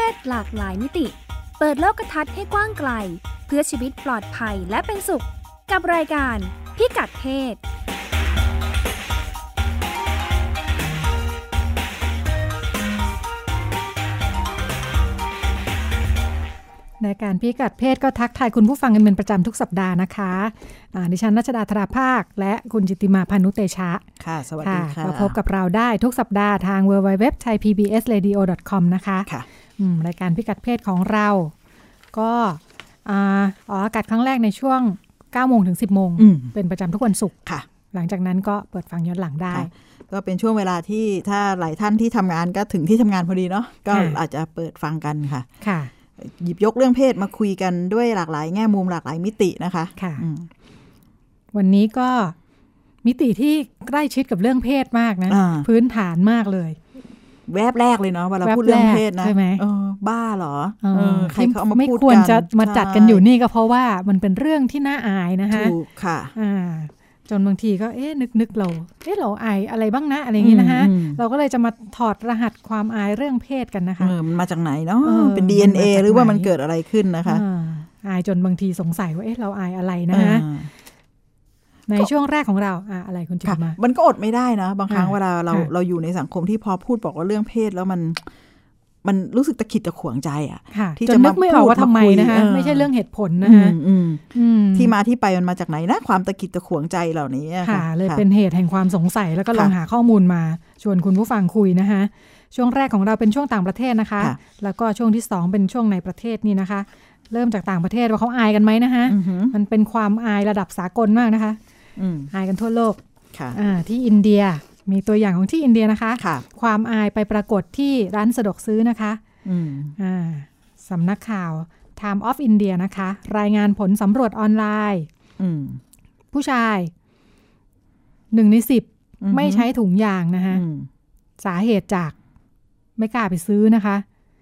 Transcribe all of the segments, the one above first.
ศหลากหลายมิติเปิดโลกทัศน์ให้กว้างไกลเพื่อชีวิตปลอดภัยและเป็นสุขกับรายการพิกัดเพศในการพิกัดเพศก็ทักทายคุณผู้ฟังกันเป็นประจำทุกสัปดาห์นะคะดิฉันรัชดาธราภาคและคุณจิตติมาพานุเตชะค่ะสวัสดีค่ะมาพบกับเราได้ทุกสัปดาห์ทาง www.thaipbsradio.com นะคะค่ะรายการพิกัดเพศของเราก็ออกอากาศครั้งแรกในช่วง 9 โมงถึง 10 โมงเป็นประจำทุกวันศุกร์ค่ะหลังจากนั้นก็เปิดฟังย้อนหลังได้ก็เป็นช่วงเวลาที่ถ้าหลายท่านที่ทำงานก็ถึงที่ทำงานพอดีเนาะก็อาจจะเปิดฟังกันค่ะค่ะหยิบยกเรื่องเพศมาคุยกันด้วยหลากหลายแง่มุมหลากหลายมิตินะคะค่ะวันนี้ก็มิติที่ใกล้ชิดกับเรื่องเพศมากนะพื้นฐานมากเลยแวบแรกเลยเนาะเวลาพูดเรื่องเพศนะใช่ไหมบ้าเหรอใครเขาเอามาพูดกันไม่ควรจะมาจัดกันอยู่นี่ก็เพราะว่ามันเป็นเรื่องที่น่าอายนะคะถูกค่ะจนบางทีก็นึกเราอายอะไรบ้างนะอะไรอย่างนี้นะคะเราก็เลยจะมาถอดรหัสความอายเรื่องเพศกันนะคะมันมาจากไหนเนาะเป็น DNA หรือว่ามันเกิดอะไรขึ้นนะคะอายจนบางทีสงสัยว่าเราอายอะไรนะคะในช่วงแรกของเราอะไรคุณจิตมามันก็อดไม่ได้นะบางครั้งเวลาเราอยู่ในสังคมที่พอพูดบอกว่าเรื่องเพศแล้วมันรู้สึกตะขิดตะขวงใจที่จะนึกไม่ออกว่าทำไมนะคะไม่ใช่เรื่องเหตุผลนะคะที่มาที่ไปมันมาจากไหนนะความตะขิดตะขวงใจเหล่านี้ค่ะเลยเป็นเหตุแห่งความสงสัยแล้วก็ลองหาข้อมูลมาชวนคุณผู้ฟังคุยนะคะช่วงแรกของเราเป็นช่วงต่างประเทศนะคะแล้วก็ช่วงที่2เป็นช่วงในประเทศนี่นะคะเริ่มจากต่างประเทศว่าเขาอายกันไหมนะคะมันเป็นความอายระดับสากลมากนะคะอายกันทั่วโลกที่อินเดียมีตัวอย่างของที่อินเดียนะคะความอายไปปรากฏที่ร้านสะดวกซื้อนะคะสำนักข่าว Time of India นะคะรายงานผลสำรวจออนไลน์ผู้ชาย1 ใน 10ไม่ใช้ถุงยางนะคะสาเหตุจากไม่กล้าไปซื้อนะคะ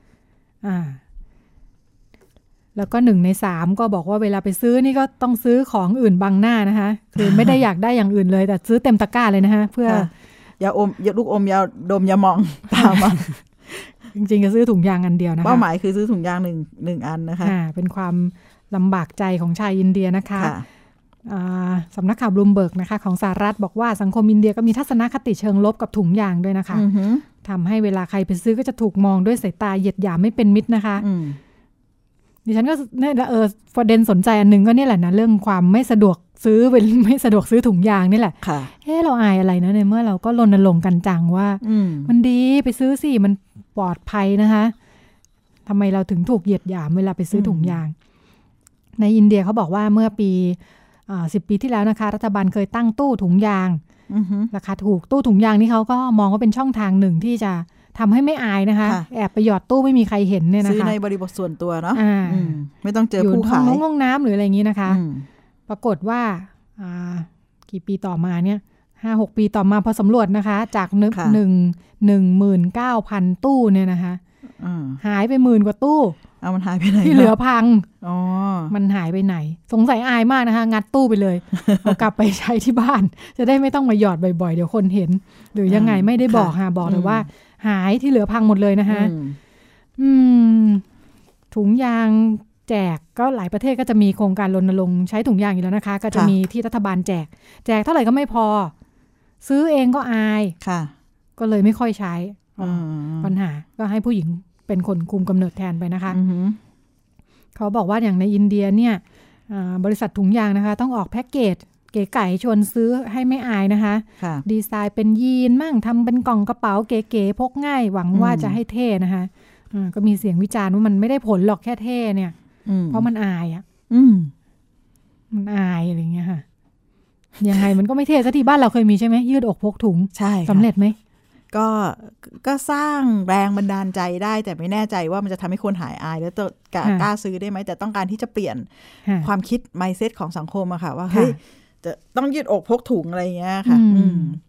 แล้วก็1 ใน 3ก็บอกว่าเวลาไปซื้อนี่ก็ต้องซื้อของอื่นบังหน้านะคะคือไม่ได้อยากได้อย่างอื่นเลยแต่ซื้อเต็มตะกร้าเลยนะคะเพื่อยาอมลูกอมยาดมยามองตามมาจริงๆก็ซื้อถุงยางอันเดียวนะคะเป้าหมายคือซื้อถุงยางหนึ่งอันนะคะเป็นความลำบากใจของชายอินเดียนะคะสำนักข่าวบลูมเบิร์กนะคะของสหรัฐบอกว่าสังคมอินเดียก็มีทัศนคติเชิงลบกับถุงยางด้วยนะคะทำให้เวลาใครไปซื้อก็จะถูกมองด้วยสายตาเหยียดหยามไม่เป็นมิตรนะคะดิฉันก็ประเด็นสนใจอันนึงก็นี่แหละนะเรื่องความไม่สะดวกซื้อไม่สะดวกซื้อถุงยางนี่แหละเราอายอะไรนะในเมื่อเราก็รณรงค์กันจังว่ามันดีไปซื้อสิมันปลอดภัยนะคะทำไมเราถึงถูกเหยียดหยามเวลาไปซื้อถุงยางในอินเดียเขาบอกว่าเมื่อปี10 ปีที่แล้วนะคะรัฐบาลเคยตั้งตู้ถุงยางราคาถูกตู้ถุงยางนี่เขาก็มองว่าเป็นช่องทางหนึ่งที่จะทำให้ไม่อายนะคะแอบไปหยอดตู้ไม่มีใครเห็นเนี่ยนะคะซื้อในบริบทส่วนตัวเนาะไม่ต้องเจอผู้ขายอยู่ห้องน้ำหรืออะไรอย่างนี้นะคะปรากฏว่ากี่ปีต่อมาเนี่ย 5-6 ปีต่อมาพอสำรวจนะคะจาก19,000 ตู้เนี่ยนะคะหายไป10,000 กว่าตู้มันหายไปไหนที่เหลือพังมันหายไปไหนสงสัยอายมากนะคะงัดตู้ไปเลยเอากลับไปใช้ที่บ้านจะได้ไม่ต้องมาหยอดบ่อยๆเดี๋ยวคนเห็นหรือยังไงไม่ได้บอกบอกเลยว่าหายที่เหลือพังหมดเลยนะคะถุงยางแจกก็หลายประเทศก็จะมีโครงการรณรงค์ใช้ถุงยางอยู่แล้วนะคะก็จะมีที่รัฐบาลแจกเท่าไหร่ก็ไม่พอซื้อเองก็อายก็เลยไม่ค่อยใช้ปัญหาก็ให้ผู้หญิงเป็นคนคุมกำเนิดแทนไปนะคะเขาบอกว่าอย่างในอินเดียเนี่ยบริษัทถุงยางนะคะต้องออกแพ็กเกจเก๋ไก่ชวนซื้อให้ไม่อายนะคะดีไซน์เป็นยีนมั่งทำเป็นกล่องกระเป๋าเก๋ๆพกง่ายหวังว่าจะให้เท่นะคะก็มีเสียงวิจารณ์ว่ามันไม่ได้ผลหรอกแค่เท่เนี่ยเพราะมันอายมันอายอะไรเงี้ยค่ะยังไงมันก็ไม่เท่ซะทีบ้านเราเคยมีใช่ไหมยืดอกพกถุงใช่สำเร็จไหมก็สร้างแรงบันดาลใจได้แต่ไม่แน่ใจว่ามันจะทำให้คนหายอายแล้วกล้าซื้อได้ไหมแต่ต้องการที่จะเปลี่ยนความคิด mindset ของสังคมอะค่ะว่าเฮ้ยจะต้องยืดอกพกถุงอะไรเงี้ยค่ะ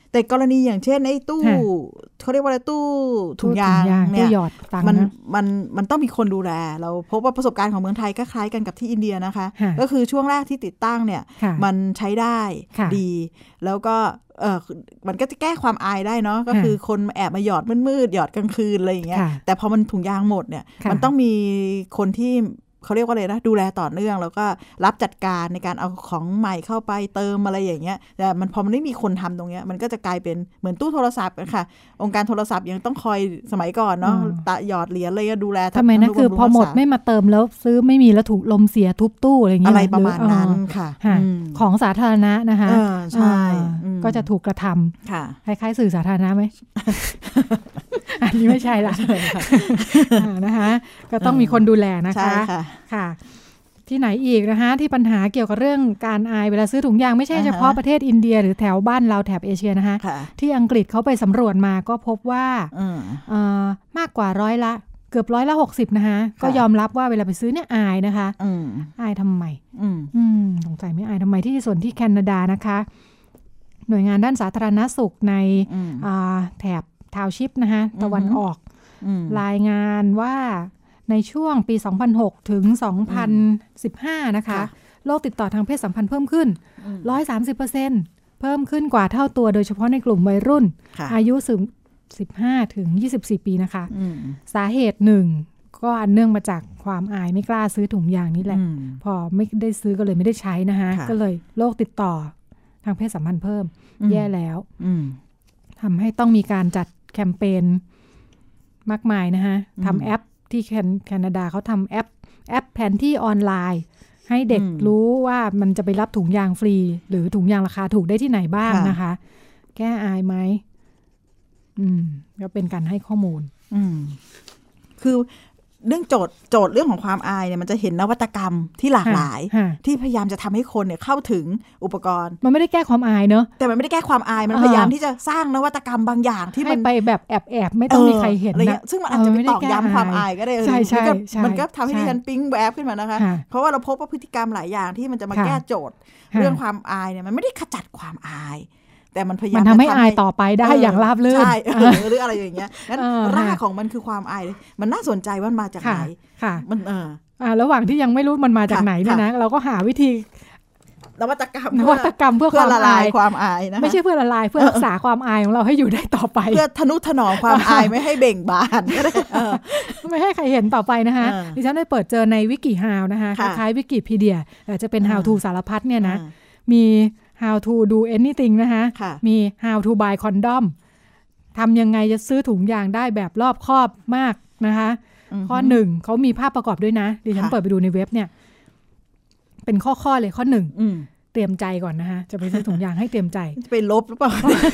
แต่กรณีอย่างเช่นไอ้ตู้เขาเรียกว่าอะไรตู้ถุงยางเนี่ยมันต้องมีคนดูแลเราพบว่าประสบการณ์ของเมืองไทยก็คล้ายกันกับที่อินเดียนะคะก็คือช่วงแรกที่ติดตั้งเนี่ยมันใช้ได้ดีแล้วก็มันก็จะแก้ความอายได้เนาะก็คือคนแอบมาหยอดมืดๆหยอดกลางคืนอะไรอย่างเงี้ยแต่พอมันถุงยางหมดเนี่ยมันต้องมีคนที่เขาเรียกว่าอะไรนะดูแลต่อเนื่องแล้วก็รับจัดการในการเอาของใหม่เข้าไปเติมอะไรอย่างเงี้ยแต่มันพอมันไม่มีคนทำตรงเนี้ยมันก็จะกลายเป็นเหมือนตู้โทรศัพท์ค่ะองค์การโทรศัพท์ยังต้องคอยสมัยก่อนเนาะหยอดเหรียญอะไรก็ดูแลทำไมนะคือพอหมดไม่มาเติมแล้วซื้อไม่มีแล้วถูกลมเสียทุบตู้อะไรอย่างเงี้ยอะไรประมาณนั้นค่ะของสาธารณะนะคะใช่ก็จะถูกกระทำคล้ายๆสื่อสาธารณะไหมอันนี้ไม่ใช่ละนะคะก็ต้องมีคนดูแลนะคะค่ะที่ไหนอีกนะคะที่ปัญหาเกี่ยวกับเรื่องการอายเวลาซื้อถุงยางไม่ใช่เฉพาะประเทศอินเดียหรือแถวบ้านเราแถบเอเชียนะคะที่อังกฤษเขาไปสำรวจมาก็พบว่ามากกว่าเกือบ60%นะคะก็ยอมรับว่าเวลาไปซื้อเนี่ยอายนะคะอายทำไมสงสัยไม่อายทำไมที่ส่วนที่แคนาดานะคะหน่วยงานด้านสาธารณสุขในแถบทาวน์ชิพนะคะตะวันออกรายงานว่าในช่วงปี 2006 ถึง 2015 นะคะโรคติดต่อทางเพศสัมพันธ์เพิ่มขึ้น 130% เพิ่มขึ้นกว่าเท่าตัวโดยเฉพาะในกลุ่มวัยรุ่นอายุ15 ถึง 24 ปีนะคะสาเหตุหนึ่งก็อันเนื่องมาจากความอายไม่กล้าซื้อถุงยางนี่แหละพอไม่ได้ซื้อก็เลยไม่ได้ใช้นะคะก็เลยโรคติดต่อทางเพศสัมพันธ์เพิ่มแย่แล้วทำให้ต้องมีการจัดแคมเปญมากมายนะคะทำแอปที่แคนาดาเขาทำแอปแผนที่ออนไลน์ให้เด็กรู้ว่ามันจะไปรับถุงยางฟรีหรือถุงยางราคาถูกได้ที่ไหนบ้างนะคะแก้อายไหมก็เป็นการให้ข้อมูลคือเรื่องโจทย์เรื่องของความอายเนี่ยมันจะเห็นนวัตกรรมที่หลากหลายที่พยายามจะทำให้คนเนี่ยเข้าถึงอุปกรณ์มันไม่ได้แก้ความอายเนอะแต่มันไม่ได้แก้ความอายมันพยายามที่จะสร้างนวัตกรรมบางอย่างที่มันไปแบบแอบไม่ต้องมีใครเห็นนะซึ่งมันอาจจะไปตอกย้ำความอายก็ได้มันก็ทำให้ดิฉันปิ๊งแวบขึ้นมานะคะเพราะว่าเราพบว่าพฤติกรรมหลายอย่างที่มันจะมาแก้โจทย์เรื่องความอายเนี่ยมันไม่ได้ขจัดความอายแต่มันพยายามทำให้อายต่อไปได้อย่างราบรื่นใช่หรืออะไรอย่างเงี้ยงั้นรากของมันคือความอายมันน่าสนใจว่ามันมาจากไหนมันระหว่างที่ยังไม่รู้มันมาจากไหนเนี่ยนะเราก็หาวิธีนวัตกรรมเพื่อละลายความอายนะไม่ใช่เพื่อละลายเพื่อรักษาความอายของเราให้อยู่ได้ต่อไปเพื่อทนุถนอมความอายไม่ให้เบ่งบานไม่ให้ใครเห็นต่อไปนะคะดิฉันได้เปิดเจอในวิกิฮาวนะคะคล้ายวิกิพีเดียจะเป็น how to สารพัดเนี่ยนะมี how to do anything นะคะมี how to buy condom ทำยังไงจะซื้อถุงยางได้แบบรอบคอบมากนะคะข้อ1เขามีภาพประกอบด้วยนะดิฉันเปิดไปดูในเว็บเนี่ยเป็นข้อเลยข้อ1เตรียมใจก่อนนะคะจะไปซื้อถุงยางให้เตรียมใจจะไปลบหรือเปล่า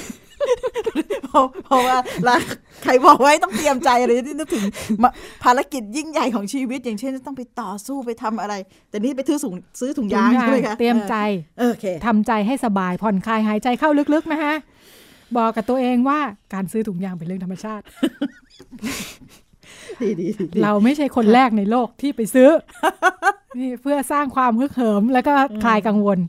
เพราะว่าใครบอกไว้ต้องเตรียมใจอะไรที่นึกถึงภารกิจยิ่งใหญ่ของชีวิตอย่างเช่นต้องไปต่อสู้ไปทำอะไรแต่นี่ไปซื้อถุงยางใช่ไหมคะเตรียมใจทำใจให้สบายผ่อนคลายหายใจเข้าลึกๆนะคะบอกกับตัวเองว่าการซื้อถุงยางเป็นเรื่องธรรมชาติเราไม่ใช่คนแรกในโลกที่ไปซื้อนี่เพื่อสร้างความฮึกเหิมแล้วก็คลายกังวล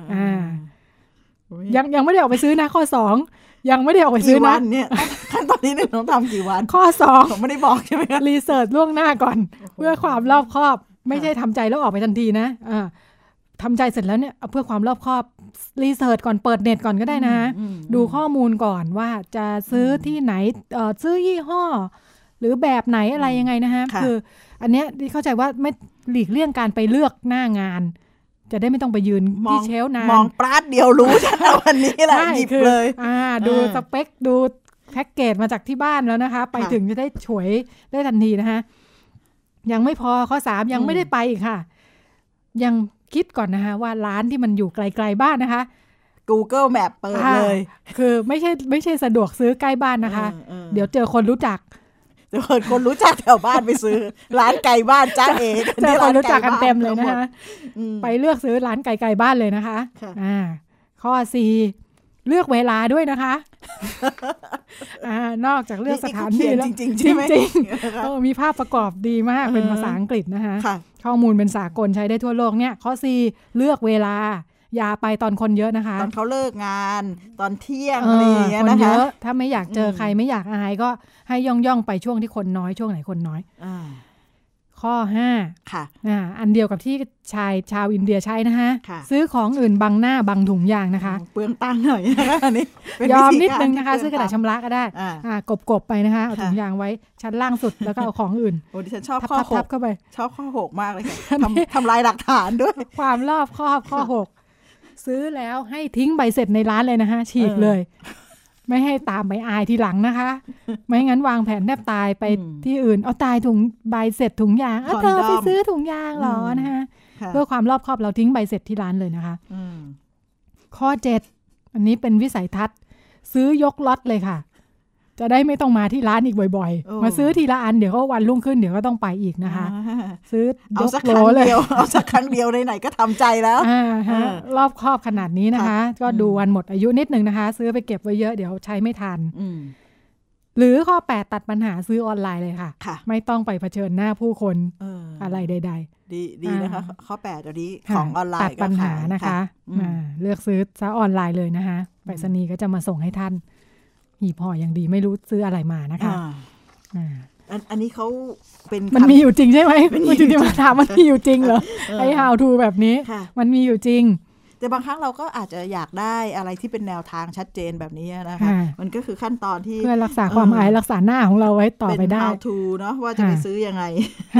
ยังไม่ได้ออกไปซื้อนะข้อ2ยังไม่ได้ออกไปซื้อนะเนี่ยขั้นตอนที่1ต้องทำกี่วันข้อ2 ผมไม่ได้บอกใช่ไหมคะรีเสิร์ชล่วงหน้าก่อนเพื่อความรอบคอบไม่ใช่ทำใจแล้วออกไปทันทีนะทำใจเสร็จแล้วเนี่ยเพื่อความรอบคอบรีเสิร์ชก่อนเปิดเน็ตก่อนก็ได้นะดูข้อมูลก่อนว่าจะซื้อที่ไหนซื้อยี่ห้อหรือแบบไหนอะไรยังไงนะฮะคืออันเนี้ยที่เข้าใจว่าไม่หลีกเลี่ยงการไปเลือกหน้างานจะได้ไม่ต้องไปยืนที่เชลฟ์นานมองปราดเดียวรู้ชัดแล้ววันนี้แหละหยิบเลยดูสเปคดูแพ็กเกจมาจากที่บ้านแล้วนะคะไปถึงจะได้ฉวยได้ทันทีนะคะยังไม่พอข้อ3ยังไม่ได้ไปอีกค่ะยังคิดก่อนนะคะว่าร้านที่มันอยู่ไกลๆบ้านนะคะ Google Map เปิดเลยคือไม่ใช่สะดวกซื้อใกล้บ้านนะคะเดี๋ยวเจอคนรู้จักคนรู้จักแถวบ้านไปซื้อร้านไก่บ้านจ้าเอ๋เจอคนรู้จักกันเต็มเลยนะคะไปเลือกซื้อร้านไก่บ้านเลยนะคะข้อ4เลือกเวลาด้วยนะคะนอกจากเลือกสถานที่แล้วจริงมีภาพประกอบดีมากเป็นภาษาอังกฤษนะคะข้อมูลเป็นสากลใช้ได้ทั่วโลกเนี่ยข้อ4เลือกเวลาอย่าไปตอนคนเยอะนะคะตอนเขาเลิกงานตอนเที่ยงอะไรอย่างเงี้ยนะคะถ้าไม่อยากเจอใครไม่อยากอายก็ให้ย่องไปช่วงที่คนน้อยช่วงไหนคนน้อยข้อ5ค่ะอันเดียวกับที่ชาวอินเดียใช้นะคะซื้อของอื่นบังหน้าบังถุงยางนะคะเปลืองตังค์หน่อยนะคะอันนี้ยอมนิดนึงนะคะซื้อกระดาษชำระก็ได้กบไปนะคะเอาถุงยางไว้ชั้นล่างสุดแล้วก็เอาของอื่นโอ้ดิฉันชอบข้อ 6เข้าไปชอบข้อ6มากเลยค่ะทำลายหลักฐานด้วยความรอบคอบข้อ6ซื้อแล้วให้ทิ้งใบเสร็จในร้านเลยนะคะฉีกเลยไม่ให้ตามไปอายทีหลังนะคะไม่งั้นวางแผนแทบตายไปที่อื่นเอาตายถุงใบเสร็จถุงยางเธอไปซื้อถุงยางหรอนะคะเพื่อความรอบคอบเราทิ้งใบเสร็จที่ร้านเลยนะคะข้อ7อันนี้เป็นวิสัยทัศน์ซื้อยกล็อตเลยค่ะจะได้ไม่ต้องมาที่ร้านอีกบ่อยๆมาซื้อทีละอันเดี๋ยวก็วันรุ่งขึ้นเดี๋ยวก็ต้องไปอีกนะคะซื้อยกโลเลยเอาสักครั้งเดียวไหนๆก็ทำใจแล้วรอบคอบขนาดนี้นะคะก็ดูวันหมดอายุนิดนึงนะคะซื้อไปเก็บไว้เยอะเดี๋ยวใช้ไม่ทันหรือข้อ8ตัดปัญหาซื้อออนไลน์เลยค่ะไม่ต้องไปเผชิญหน้าผู้คนอะไรใดๆดีนะคะข้อ8เดี๋ยวนี้ของออนไลน์ตัดปัญหานะคะเลือกซื้อซะออนไลน์เลยนะคะไปรษณีย์ก็จะมาส่งให้ท่านหีบห่ออย่างดีไม่รู้ซื้ออะไรมานะคะอันนี้เขาเป็นมันมีอยู่จริงใช่ไหมคุณจิติมาถามมันมีอยู่จริงเหรอไอ้ how to แบบนี้มันมีอยู่จริงแต่บางครั้งเราก็อาจจะอยากได้อะไรที่เป็นแนวทางชัดเจนแบบนี้นะคะมันก็คือขั้นตอนที่เพื่อรักษาความอายรักษาหน้าของเราไว้ต่อไปได้เป็น how to เนาะว่าจะไปซื้อยังไง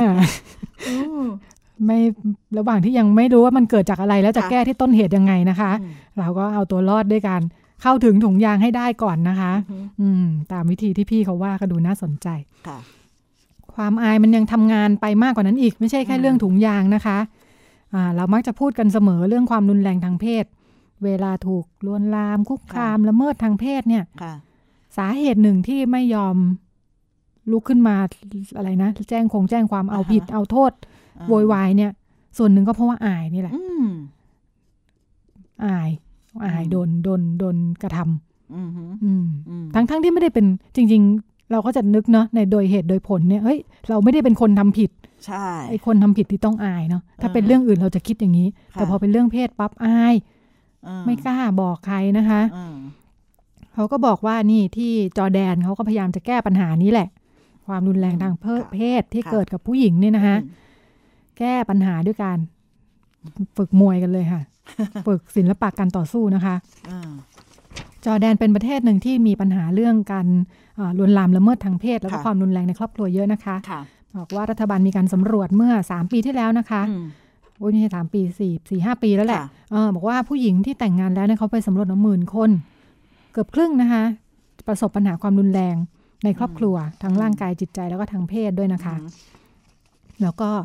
ไม่ระหว่างที่ยังไม่รู้ว่ามันเกิดจากอะไรแล้วจะแก้ที่ต้นเหตุยังไงนะคะเราก็เอาตัวรอดด้วยกันเข้าถึงถุงยางให้ได้ก่อนนะคะตามวิธีที่พี่เขาว่าก็ดูน่าสนใจความอายมันยังทำงานไปมากกว่านั้นอีกไม่ใช่แค่เรื่องถุงยางนะคะเรามักจะพูดกันเสมอเรื่องความรุนแรงทางเพศเวลาถูกลวนลามคุกคามละเมิดทางเพศเนี่ยสาเหตุหนึ่งที่ไม่ยอมลุกขึ้นมาอะไรนะแจ้งความเอาผิดเอาโทษโวยวายเนี่ยส่วนหนึ่งก็เพราะว่าอายนี่แหละอายโดนกระทำทั้งที่ไม่ได้เป็นจริงๆเราก็จะนึกเนาะในโดยเหตุโดยผลเนี่ยเฮ้ยเราไม่ได้เป็นคนทำผิดใช่ไอ้คนทำผิดที่ต้องอายเนาะถ้าเป็นเรื่องอื่นเราจะคิดอย่างนี้แต่พอเป็นเรื่องเพศปั๊บอายไม่กล้าบอกใครนะคะเขาก็บอกว่านี่ที่จอร์แดนเขาก็พยายามจะแก้ปัญหานี้แหละความรุนแรงทางเพศที่เกิดกับผู้หญิงเนี่ยนะคะแก้ปัญหาด้วยการฝึกมวยกันเลยค่ะฝึกศิลปะการต่อสู้นะคะจอร์แดนเป็นประเทศหนึ่งที่มีปัญหาเรื่องการลวนลามละเมิดทางเพศแล้วก็ความรุนแรงในครอบครัวเยอะนะคะบอกว่ารัฐบาลมีการสำรวจเมื่อ3ปีที่แล้วนะคะโอ้ยไม่ใช่3ปี4-5 ปีแล้วแหละบอกว่าผู้หญิงที่แต่งงานแล้วเนี่ยเขาไปสำรวจ10,000 คนเกือบครึ่งนะคะประสบปัญหาความรุนแรงในครอบครัวทั้งร่างกายจิตใจแล้วก็ทางเพศด้วยนะคะแล้วก็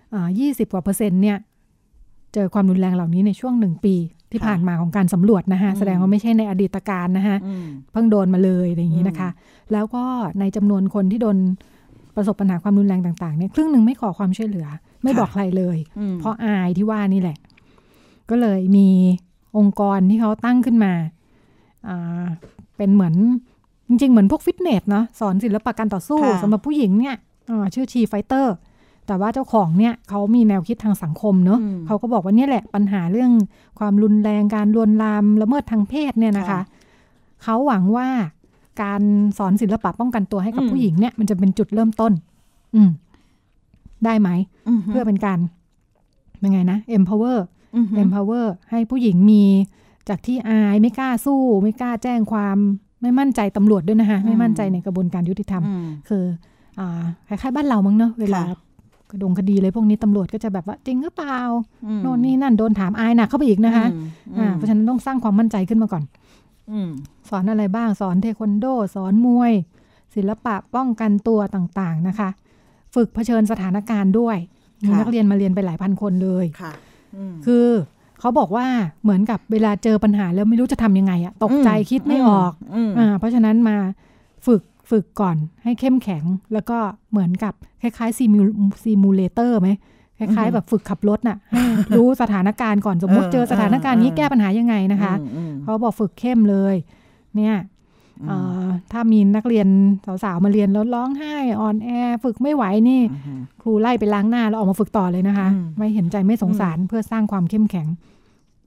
20% เนี่ยเจอความรุนแรงเหล่านี้ในช่วง1 ปีที่ผ่านมาของการสำรวจนะคะแสดงว่าไม่ใช่ในอดีตการนะคะเพิ่งโดนมาเลยอย่างนี้นะคะแล้วก็ในจำนวนคนที่โดนประสบปัญหาความรุนแรงต่างๆเนี่ยครึ่งหนึ่งไม่ขอความช่วยเหลือไม่บอกใครเลยเพราะอายที่ว่านี่แหละก็เลยมีองค์กรที่เขาตั้งขึ้นมาเป็นเหมือนจริงๆเหมือนพวกฟิตเนสเนาะสอนศิลปะการต่อสู้สำหรับผู้หญิงเนี่ยชื่อชีไฟเตอร์แต่ว่าเจ้าของเนี่ยเขามีแนวคิดทางสังคมเนาะเขาก็บอกว่านี่แหละปัญหาเรื่องความรุนแรงการลวนลามละเมิดทางเพศเนี่ยนะคะเขาหวังว่าการสอนศิลปะป้องกันตัวให้กับผู้หญิงเนี่ยมันจะเป็นจุดเริ่มต้นได้ไหมเพื่อเป็นการยังไงนะ empower ให้ผู้หญิงมีจากที่อายไม่กล้าสู้ไม่กล้าแจ้งความไม่มั่นใจตำรวจด้วยนะคะไม่มั่นใจในกระบวนการยุติธรรมคือคล้ายๆบ้านเรามั้งเนาะเวลากระดงคดีเลยพวกนี้ตำรวจก็จะแบบว่าจริงหรือเปล่าโน่นนี่นั่นโดนถามอายหนักเข้าไปอีกนะคะเพราะฉะนั้นต้องสร้างความมั่นใจขึ้นมาก่อนสอนอะไรบ้างสอนเทควันโดสอนมวยศิลปะป้องกันตัวต่างๆนะคะฝึกเผชิญสถานการณ์ด้วยมีนักเรียนมาเรียนไปหลายพันคนเลยคือเขาบอกว่าเหมือนกับเวลาเจอปัญหาแล้วไม่รู้จะทำยังไงอะตกใจคิดไม่ออกเพราะฉะนั้นมาฝึกก่อนให้เข้มแข็งแล้วก็เหมือนกับคล้ายๆซีมูเลเตอร์ไหมคล้ายๆแบบฝึกขับรถน่ะให้รู้สถานการณ์ก่อนสมมุติเจอสถานการณ์นี้แก้ปัญหายังไงนะคะเขาบอกฝึกเข้มเลยเนี่ยถ้ามีนักเรียนสาวๆมาเรียนแล้วร้องไห้อ่อนแอฝึกไม่ไหวนี่ครูไล่ไปล้างหน้าแล้วออกมาฝึกต่อเลยนะคะไม่เห็นใจไม่สงสารเพื่อสร้างความเข้มแข็ง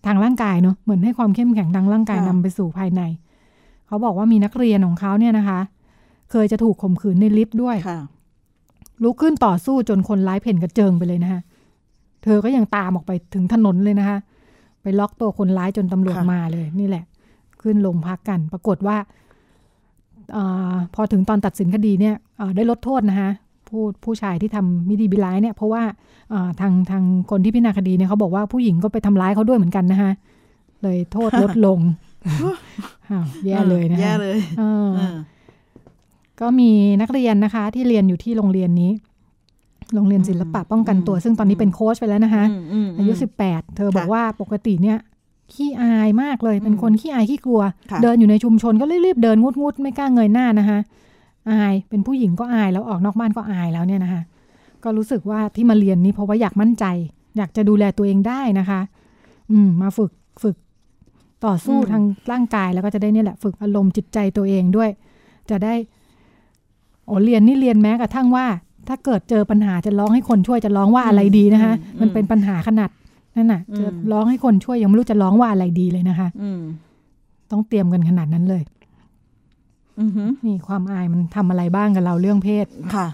ทางร่างกายเนาะเหมือนให้ความเข้มแข็งทางร่างกายนำไปสู่ภายในเขาบอกว่ามีนักเรียนของเขาเนี่ยนะคะเคยจะถูกข่มขืนในลิฟต์ด้วยลุกขึ้นต่อสู้จนคนร้ายเพ่นกระเจิงไปเลยนะคะเธอก็ยังตามออกไปถึงถนนเลยนะคะไปล็อกตัวคนร้ายจนตำรวจมาเลยนี่แหละขึ้นโรงพักกันปรากฏว่าพอถึงตอนตัดสินคดีเนี่ยได้ลดโทษนะคะผู้ชายที่ทำมิดีบิร้ายเนี่ยเพราะว่าทางคนที่พิจารณาคดีเนี่ยเขาบอกว่าผู้หญิงก็ไปทำร้ายเขาด้วยเหมือนกันนะคะเลยโทษลดลง แย่เลยนะคะแย่เลยก็มีนักเรียนนะคะที่เรียนอยู่ที่โรงเรียนนี้โรงเรียนศิลปะป้องกันตัวซึ่งตอนนี้เป็นโค้ชไปแล้วนะคะอายุ18เธอบอกว่าปกติเนี่ยขี้อายมากเลยเป็นคนขี้อายขี้กลัวเดินอยู่ในชุมชนก็รีบๆเดินงุดๆไม่กล้าเงยหน้านะคะอายเป็นผู้หญิงก็อายแล้วออกนอกบ้านก็อายแล้วเนี่ยนะคะก็รู้สึกว่าที่มาเรียนนี้เพราะว่าอยากมั่นใจอยากจะดูแลตัวเองได้นะคะมาฝึกต่อสู้ทางร่างกายแล้วก็จะได้เนี่ยแหละฝึกอารมณ์จิตใจตัวเองด้วยจะได้เรียนแม้กระทั่งว่าถ้าเกิดเจอปัญหาจะร้องให้คนช่วยจะร้องว่าอะไรดีนะคะมันเป็นปัญหาขนาดนั่นน่ะจะร้องให้คนช่วยยังไม่รู้จะร้องว่าอะไรดีเลยนะคะต้องเตรียมกันขนาดนั้นเลยนี่ความอายมันทำอะไรบ้างกับเราเรื่องเพศค่ะ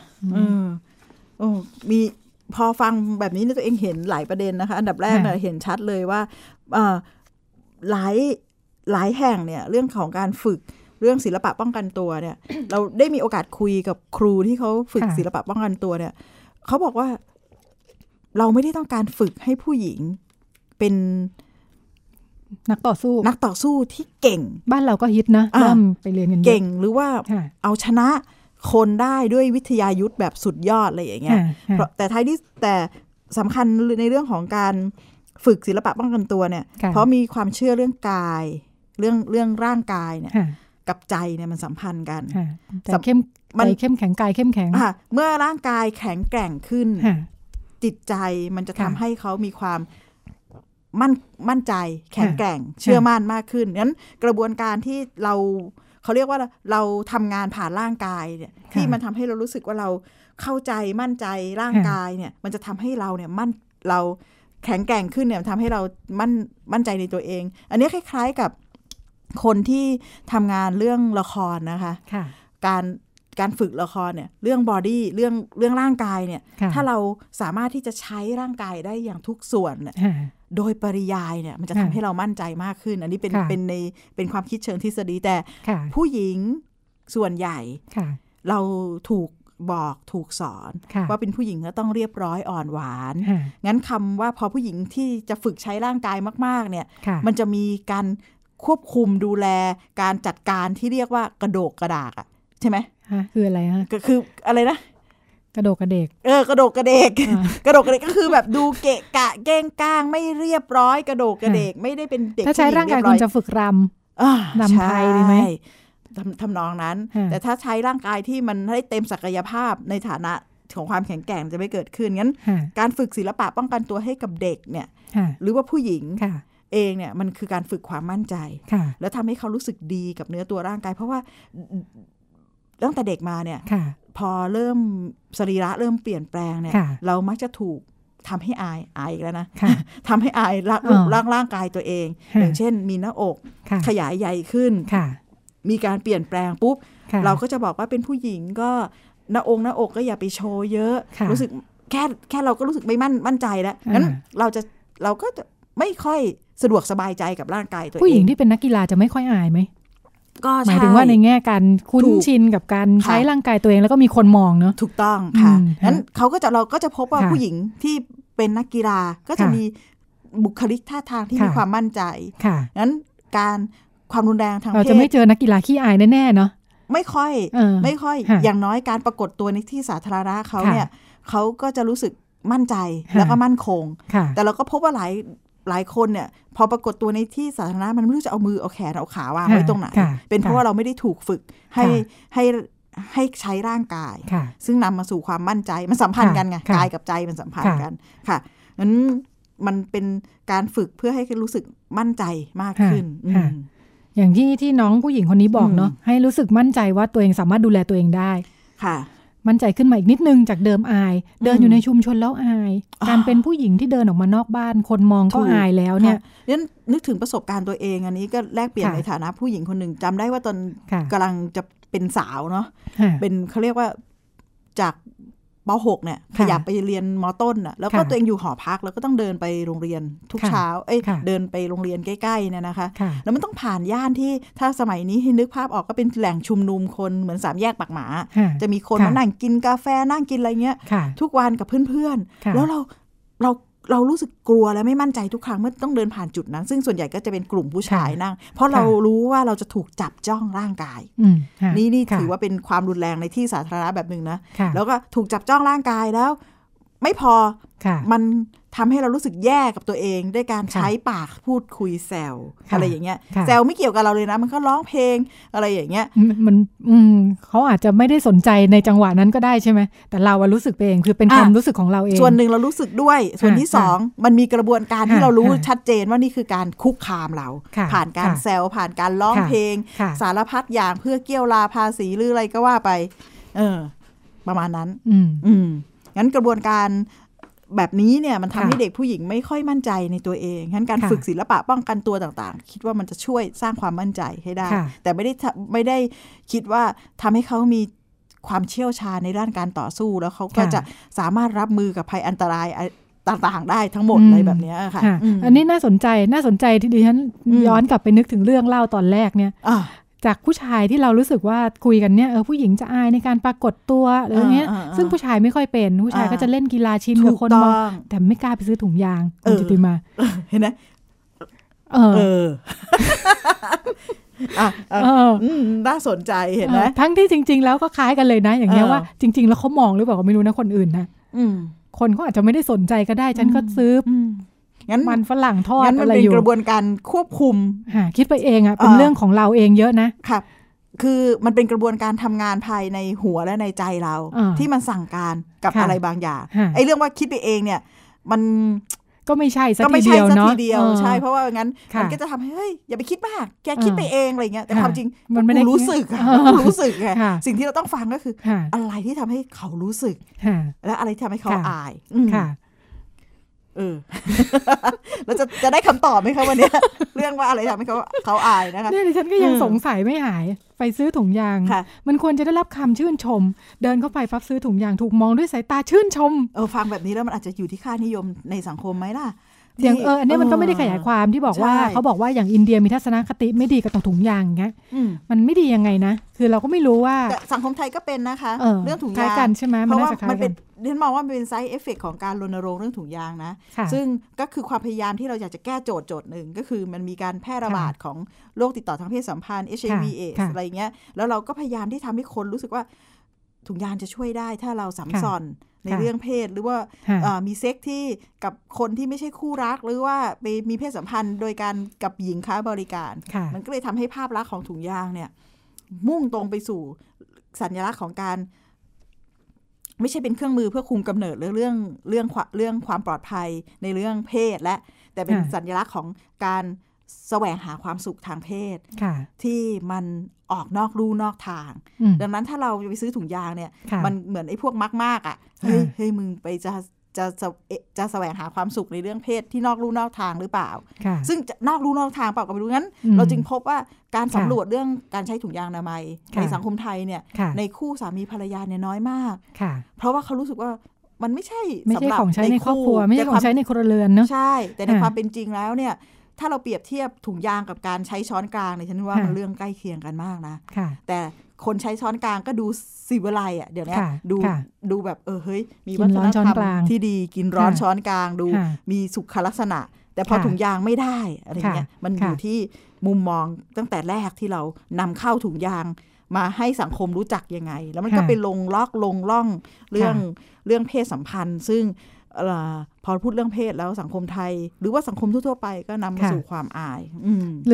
มีพอฟังแบบนี้ตัวเองเห็นหลายประเด็นนะคะอันดับแรกเนี่ยเห็นชัดเลยว่าหลายแห่งเนี่ยเรื่องของการฝึกเรื่องศิลปะป้องกันตัวเนี่ย เราได้มีโอกาสคุยกับครูที่เขาฝึกศิลปะป้องกันตัวเนี่ยเขาบอกว่าเราไม่ได้ต้องการฝึกให้ผู้หญิงเป็นนักต่อสู้ที่เก่งบ้านเราก็ฮิตนะเริ่มไปเรียนกันเก่งหรือว่าเอาชนะคนได้ด้วยวิทยายุทธแบบสุดยอดอะไรอย่างเงี้ยแต่ท้ายที่แต่สำคัญในเรื่องของการฝึกศิลปะป้องกันตัวเนี่ยเพราะมีความเชื่อเรื่องกายเรื่องร่างกายเนี่ยกับใจเนี่ยมันสัมพันธ์กันมันเข้มแข็งกายเข้มแข็งเมื่อร่างกายแข็งแกร่งขึ้นจิตใจมันจะทำให้เขามีความมั่นใจแข็งแกร่งเชื่อมั่นมากขึ้นงั้นกระบวนการที่เขาเรียกว่าเราทำงานผ่านร่างกายเนี่ยที่มันทำให้เรารู้สึกว่าเราเข้าใจมั่นใจร่างกายเนี่ยมันจะทำให้เราเนี่ยเราแข็งแกร่งขึ้นเนี่ยทำให้เรามั่นใจในตัวเองอันนี้คล้ายๆกับคนที่ทำงานเรื่องละครนะคะการฝึกละครเนี่ยเรื่องบอดี้เรื่องร่างกายเนี่ยถ้าเราสามารถที่จะใช้ร่างกายได้อย่างทุกส่วนเนี่ยโดยปริยายเนี่ยมันจะทำให้เรามั่นใจมากขึ้นอันนี้เป็นความคิดเชิงทฤษฎีแต่ผู้หญิงส่วนใหญ่เราถูกสอนว่าเป็นผู้หญิงก็ต้องเรียบร้อยอ่อนหวานงั้นคำว่าพอผู้หญิงที่จะฝึกใช้ร่างกายมากๆเนี่ยมันจะมีการควบคุมดูแลการจัดการที่เรียกว่ากระโดกกระดากอ่ะใช่ไหมคืออะไรฮะคืออะไรนะกระโดกกระเดกกระโดกกระเดกกระโดกกระเดกก็คือแบบดูเกะกะเก้งก้างไม่เรียบร้อยกระโดกกระเดกไม่ได้เป็นเด็กถ้าใช้ร่างกายคุณจะฝึกรำไทยดีไหมทำนองนั้นแต่ถ้าใช้ร่างกายที่มันให้เต็มศักยภาพในฐานะของความแข็งแกร่งจะไม่เกิดขึ้นงั้นการฝึกศิลปะป้องกันตัวให้กับเด็กเนี่ยหรือว่าผู้หญิงเองเนี่ยมันคือการฝึกความมั่นใจแล้วทำให้เขารู้สึกดีกับเนื้อตัวร่างกายเพราะว่าตั้งแต่เด็กมาเนี่ยพอเริ่มสรีระเริ่มเปลี่ยนแปลงเนี่ยเรามักจะถูกทำให้อายอีกแล้วนะทำให้อายร่างกายตัวเองอย่างเช่นมีหน้าอกขยายใหญ่ขึ้นมีการเปลี่ยนแปลงปุ๊บเราก็จะบอกว่าเป็นผู้หญิงก็หน้าอกก็อย่าไปโชว์เยอะรู้สึกแค่เราก็รู้สึกไม่มั่นใจแล้วงั้นเราก็จะไม่ค่อยสะดวกสบายใจกับร่างกายตัวเองผู้หญิงที่เป็นนักกีฬาจะไม่ค่อยอายไหมก็หมายถึงว่าในแง่การคุ้นชินกับการใช้ร่างกายตัวเองแล้วก็มีคนมองเนอะถูกต้องค่ะงั้นเราก็จะพบว่าผู้หญิงที่เป็นนักกีฬาก็จะมีบุคลิกท่าทางที่มีความมั่นใจงั้นความรุนแรงทางเพศเราจะไม่เจอนักกีฬาขี้อายแน่ๆเนาะไม่ค่อยอย่างน้อยการปรากฏตัวในที่สาธารณะเขาเนี่ยเขาก็จะรู้สึกมั่นใจแล้วก็มั่นคงแต่เราก็พบว่าหลายคนเนี่ยพอปรากฏตัวในที่สาธารณะมันไม่รู้จะเอามือเอาแขนเอาขาวางไว้ตรงไหนเป็นเพราะว่าเราไม่ได้ถูกฝึกให้ใช้ร่างกายซึ่งนำมาสู่ความมั่นใจมันสัมพันธ์กันไงกายกับใจมันสัมพันธ์กันค่ะนั้นมันเป็นการฝึกเพื่อให้รู้สึกมั่นใจมากขึ้นอย่างที่น้องผู้หญิงคนนี้บอกเนาะให้รู้สึกมั่นใจว่าตัวเองสามารถดูแลตัวเองได้ค่ะมั่นใจขึ้นมาอีกนิดนึงจากเดิมอายเดินอยู่ในชุมชนแล้วอายการเป็นผู้หญิงที่เดินออกมานอกบ้านคนมองก็อายแล้วเนี่ยนั้นนึกถึงประสบการณ์ตัวเองอันนี้ก็แลกเปลี่ยนในฐานะผู้หญิงคนหนึ่งจำได้ว่าตอนกำลังจะเป็นสาวเนาะเป็นเขาเรียกว่าจากป.6 เนี่ยขยับไปเรียนม.ต้นน่ะแล้วก็ตัวเองอยู่หอพักแล้วก็ต้องเดินไปโรงเรียนทุกเช้าเดินไปโรงเรียนใกล้ๆเนี่ยนะคะแล้วมันต้องผ่านย่านที่ถ้าสมัยนี้ให้นึกภาพออกก็เป็นแหล่งชุมนุมคนเหมือน3 แยกปากหมาจะมีคนมานั่งกินกาแฟนั่งกินอะไรเงี้ยทุกวันกับเพื่อนๆแล้วเรารู้สึกกลัวและไม่มั่นใจทุกครั้งเมื่อต้องเดินผ่านจุดนั้นซึ่งส่วนใหญ่ก็จะเป็นกลุ่มผู้ชายนั่งเพราะเรารู้ว่าเราจะถูกจับจ้องร่างกายนี่ถือว่าเป็นความรุนแรงในที่สาธารณะแบบนึงนะแล้วก็ถูกจับจ้องร่างกายแล้วไม่พอมันทำให้เรารู้สึกแย่กับตัวเองด้วยการใช้ปากพูดคุยแซวอะไรอย่างเงี้ยแซวไม่เกี่ยวกับเราเลยนะมันก็ร้องเพลงอะไรอย่างเงี้ยมันเขาอาจจะไม่ได้สนใจในจังหวะนั้นก็ได้ใช่ไหมแต่เรารู้สึกเองคือเป็นความรู้สึกของเราเองส่วนหนึ่งเรารู้สึกด้วยส่วนที่2มันมีกระบวนการที่เรารู้ชัดเจนว่านี่คือการคุกคามเราผ่านการแซวผ่านการร้องเพลงสารพัดอย่างเพื่อเกี่ยวลาภาษีหรืออะไรก็ว่าไปประมาณนั้นงั้นกระบวนการแบบนี้เนี่ยมันทำให้เด็กผู้หญิงไม่ค่อยมั่นใจในตัวเองงั้นการฝึกศิลปะป้องกันตัวต่างๆคิดว่ามันจะช่วยสร้างความมั่นใจให้ได้แต่ไม่ได้คิดว่าทำให้เขามีความเชี่ยวชาญในด้านการต่อสู้แล้วเขาก็จะสามารถรับมือกับภัยอันตรายต่างๆได้ทั้งหมดอะไรแบบนี้ค่ะอันนี้น่าสนใจที่ดิฉันย้อนกลับไปนึกถึงเรื่องเล่าตอนแรกเนี่ยจากผู้ชายที่เรารู้สึกว่าคุยกันเนี่ยผู้หญิงจะอายในการปรากฏตัวอะไรเงี้ยซึ่งผู้ชายไม่ค่อยเป็นผู้ชายก็จะเล่นกีฬาชินกับคนมองแต่ไม่กล้าไปซื้อถุงยางคุณจิติมาเห็นไหมน่าสนใจเห็นไหมทั้งที่จริงๆแล้วก็คล้ายกันเลยนะอย่างเงี้ยว่าจริงๆแล้วเขามองหรือเปล่าก็ไม่รู้นะคนอื่นนะคนเขาอาจจะไม่ได้สนใจก็ได้ฉันก็ซื้อมันฝรั่งทอดอะไรอยู่มันเป็นกระบวนการควบคุมคิดไปเองอ่ะเป็นเรื่องของเราเองเยอะนะครับคือมันเป็นกระบวนการทำงานภายในหัวและในใจเราที่มันสั่งการกับอะไรบางอย่างไอ้เรื่องว่าคิดไปเองเนี่ยมันก็ไม่ใช่สักทีเดียวเนาะใช่เพราะว่างั้นมันก็จะทำให้เฮ้ยอย่าไปคิดมากแกคิดไปเองอะไรเงี้ยแต่ความจริงมันไม่ได้รู้สึกไงสิ่งที่เราต้องฟังก็คืออะไรที่ทำให้เขารู้สึกและอะไรที่ทำให้เขาอายเราจะได้คำตอบไหมคะวันนี้ เรื่องว่าอะไรทำให้เขาอายนะคะเนี่ยดิฉันก็ยังสงสัยไม่หายไปซื้อถุงยางมันควรจะได้รับคำชื่นชมเดินเข้าไปปั๊บซื้อถุงยางถูกมองด้วยสายตาชื่นชมฟังแบบนี้แล้วมันอาจจะอยู่ที่ค่านิยมในสังคมไหมล่ะอย่างอันนี้มันก็ไม่ได้ขยายความที่บอกว่าเขาบอกว่าอย่างอินเดียมีทัศนคติไม่ดีกับถุงยางอย่างเงี้ยมันไม่ดียังไงนะคือเราก็ไม่รู้ว่าสังคมไทยก็เป็นนะคะเรื่องถุงยางกันใช่ไหมเพราะว่ามันเป็นเรียนมองว่ามันเป็นไซด์เอฟเฟกต์ของการรณรงค์เรื่องถุงยางนะซึ่งก็คือความพยายามที่เราอยากจะแก้โจทย์หนึ่งก็คือมันมีการแพร่ระบาดของโรคติดต่อทางเพศสัมพันธ์ HIV AIDS อะไรเงี้ยแล้วเราก็พยายามที่ทำให้คนรู้สึกว่าถุงยางจะช่วยได้ถ้าเราสัมสอนในเรื่องเพศหรือว่ามีเซ็กที่กับคนที่ไม่ใช่คู่รักหรือว่าไปมีเพศสัมพันธ์โดยการกับหญิงค้าบริการมันก็เลยทำให้ภาพลักษณ์ของถุงยางเนี่ยมุ่งตรงไปสู่สัญลักษณ์ของการไม่ใช่เป็นเครื่องมือเพื่อคุมกำเนิดหรือเรื่องความปลอดภัยในเรื่องเพศและแต่เป็นสัญลักษณ์ของการแสวงหาความสุขทางเพศที่มันออกนอกลู่นอกทางดังนั้นถ้าเราไปซื้อถุงยางเนี่ยมันเหมือนไอ้พวกมากๆอ่ะเฮ้ยมึงไปจะแสวงหาความสุขในเรื่องเพศที่นอกลู่นอกทางหรือเปล่าซึ่งนอกลู่นอกทางเปล่าก็ไม่รู้งั้นเราจึงพบว่าการสำรวจเรื่องการใช้ถุงยางอนามัยในสังคมไทยเนี่ยในคู่สามีภรรยาเนี่ยน้อยมากเพราะว่าเขารู้สึกว่ามันไม่ใช่สำหรับของใช้ในครอบครัวไม่ใช่ของใช้ในครัวเรือนเนาะใช่แต่ในความเป็นจริงแล้วเนี่ยถ้าเราเปรียบเทียบถุงยางกับการใช้ช้อนกลางเนี่ยฉันว่ามันเรื่องใกล้เคียงกันมากนะแต่คนใช้ช้อนกลางก็ดูศิวไลอ่ะเดี๋ยวนี้ดูแบบเฮ้ยมีวัฒนธรรมที่ดีกินร้อนช้อนกลางดูมีสุขลักษณะแต่พอถุงยางไม่ได้อะไรเงี้ยมันอยู่ที่มุมมองตั้งแต่แรกที่เรานำเข้าถุงยางมาให้สังคมรู้จักยังไงแล้วมันก็ไปลงล่องเรื่องเพศสัมพันธ์ซึ่งพอพูดเรื่องเพศแล้วสังคมไทยหรือว่าสังคมทั่วไปก็นำมาสู่ความอายห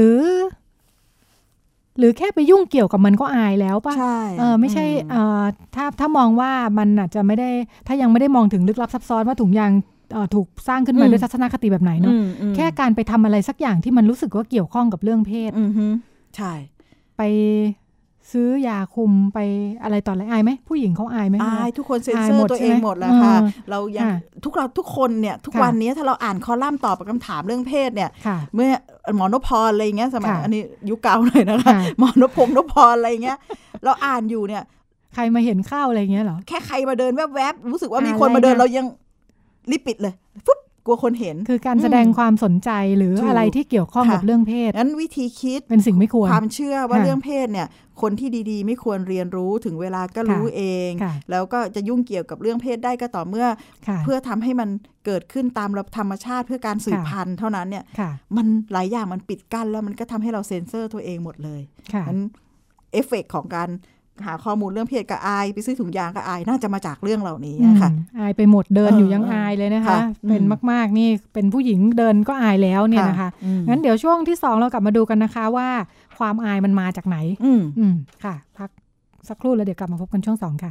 รือแค่ไปยุ่งเกี่ยวกับมันก็อายแล้วป่ะไม่ใช่ถ้ามองว่ามันอาจจะไม่ได้ถ้ายังไม่ได้มองถึงลึกลับซับซ้อนว่าถุงยางถูกสร้างขึ้นมาด้วยทัศนคติแบบไหนเนาะแค่การไปทำอะไรสักอย่างที่มันรู้สึกว่าเกี่ยวข้องกับเรื่องเพศใช่ไปซื้อยาคุมไปอะไรต่ออะไรอายไหมผู้หญิงเขาอายไหมอายทุกคนเซ็นเซอร์ตัวเองหมดแล้วค่ะเรายังทุกคนเนี่ยทุกวันนี้ถ้าเราอ่านคอลัมน์ตอบคำถามเรื่องเพศเนี่ยเมื่อหมอนพอะไรเงี้ยสมัยอันนี้ยุคเก่าหน่อยนะคะหมอนพอะไรเงี้ยเราอ่านอยู่เนี่ยใครมาเห็นข้าวอะไรเงี้ยเหรอแค่ใครมาเดินแวบๆรู้สึกว่ามีคนมาเดินเรายังรีบปิดเลยปุ๊บกลัวคนเห็นคือการแสดงความสนใจหรืออะไรที่เกี่ยวข้องกับเรื่องเพศงั้นวิธีคิดเป็นสิ่งไม่ควรความเชื่อว่าเรื่องเพศเนี่ยคนที่ดีๆไม่ควรเรียนรู้ถึงเวลาก็รู้เองแล้วก็จะยุ่งเกี่ยวกับเรื่องเพศได้ก็ต่อเมื่อเพื่อทำให้มันเกิดขึ้นตามธรรมชาติเพื่อการสืบพันธุ์เท่านั้นเนี่ยมันหลายอย่างมันปิดกั้นแล้วมันก็ทำให้เราเซ็นเซอร์ตัวเองหมดเลยงั้นเอฟเฟกต์ของการหาข้อมูลเรื่องเพศกับอายไปซื้อถุงยางกับอายน่าจะมาจากเรื่องเหล่านี้ค่ะอายไปหมดเดินอยู่ยังอายเลยนะคะเป็นมากๆนี่เป็นผู้หญิงเดินก็อายแล้วเนี่ยนะคะงั้นเดี๋ยวช่วงที่2เรากลับมาดูกันนะคะว่าความอายมันมาจากไหนค่ะพักสักครู่แล้วเดี๋ยวกลับมาพบกันช่วง2ค่ะ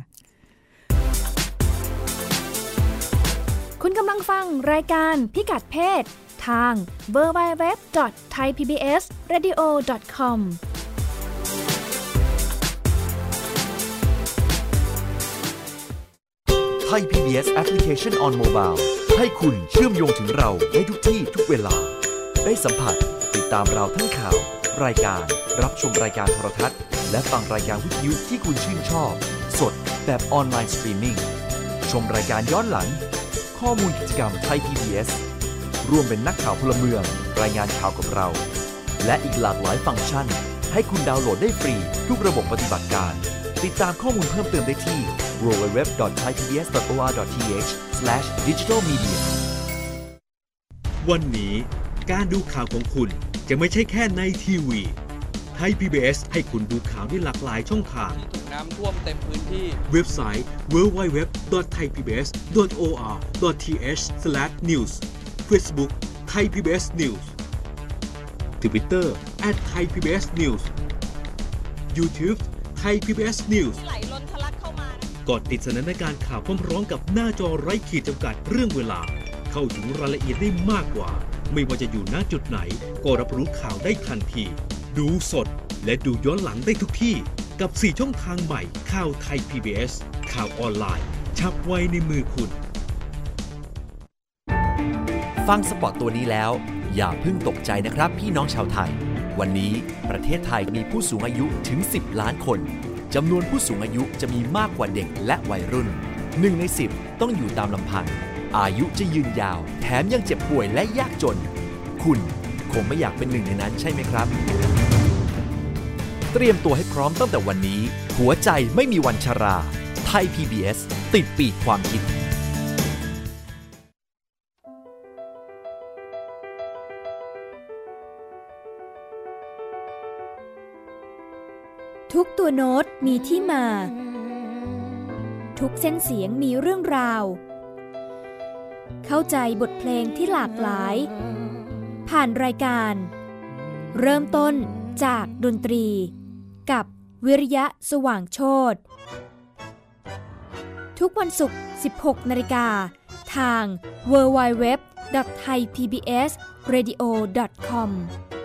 คุณกำลังฟังรายการพิกัดเพศทาง www.thaipbsradio.com Thai PBS Application on Mobile ให้คุณเชื่อมโยงถึงเราได้ทุกที่ทุกเวลาได้สัมผัสติดตามเราทั้งข่าวรายการรับชมรายการโทรทัศน์และฟังรายการวิทยุที่คุณชื่นชอบสดแบบออนไลน์สตรีมมิ่งชมรายการย้อนหลังข้อมูลกิจกรรม Thai PBS ร่วมเป็นนักข่าวพลเมืองรายงานข่าวกับเราและอีกหลากหลายฟังก์ชันให้คุณดาวน์โหลดได้ฟรีทุกระบบปฏิบัติการติดตามข้อมูลเพิ่มเติมได้ที่ www.thaipbs.or.th/digitalmedia วันนี้การดูข่าวของคุณจะไม่ใช่แค่ในทีวีไทย PBS ให้คุณดูข่าวได้หลากหลายช่องทางถูกน้ำท่วมเต็มพื้นที่เว็บไซต์ www.thaipbs.or.th/news Facebook Thai PBS News Twitter @thaipbsnews YouTube Thai PBS News ไหลล้นทะลักเข้ามานะกดติดสนันในการข่าวพร้อมๆกับหน้าจอไร้ขีดจำกัดเรื่องเวลาเข้าถึงรายละเอียดได้มากกว่าไม่ว่าจะอยู่ณจุดไหนก็รับรู้ข่าวได้ทันทีดูสดและดูย้อนหลังได้ทุกที่กับ4ช่องทางใหม่ข่าวไทย PBS ข่าวออนไลน์ฉับไวในมือคุณฟังสปอตตัวนี้แล้วอย่าเพิ่งตกใจนะครับพี่น้องชาวไทยวันนี้ประเทศไทยมีผู้สูงอายุถึง10ล้านคนจำนวนผู้สูงอายุจะมีมากกว่าเด็กและวัยรุ่น1ใน10ต้องอยู่ตามลำพังอายุจะยืนยาวแถมยังเจ็บป่วยและยากจนคุณคงไม่อยากเป็นหนึ่งในนั้นใช่ไหมครับเตรียมตัวให้พร้อมตั้งแต่วันนี้หัวใจไม่มีวันชราไทย PBS ติดปีกความคิดทุกตัวโน้ตมีที่มาทุกเส้นเสียงมีเรื่องราวเข้าใจบทเพลงที่หลากหลายผ่านรายการเริ่มต้นจากดนตรีกับวิริยะสว่างโชติทุกวันศุกร์ 16:00 น.ทาง www.thaipbsradio.com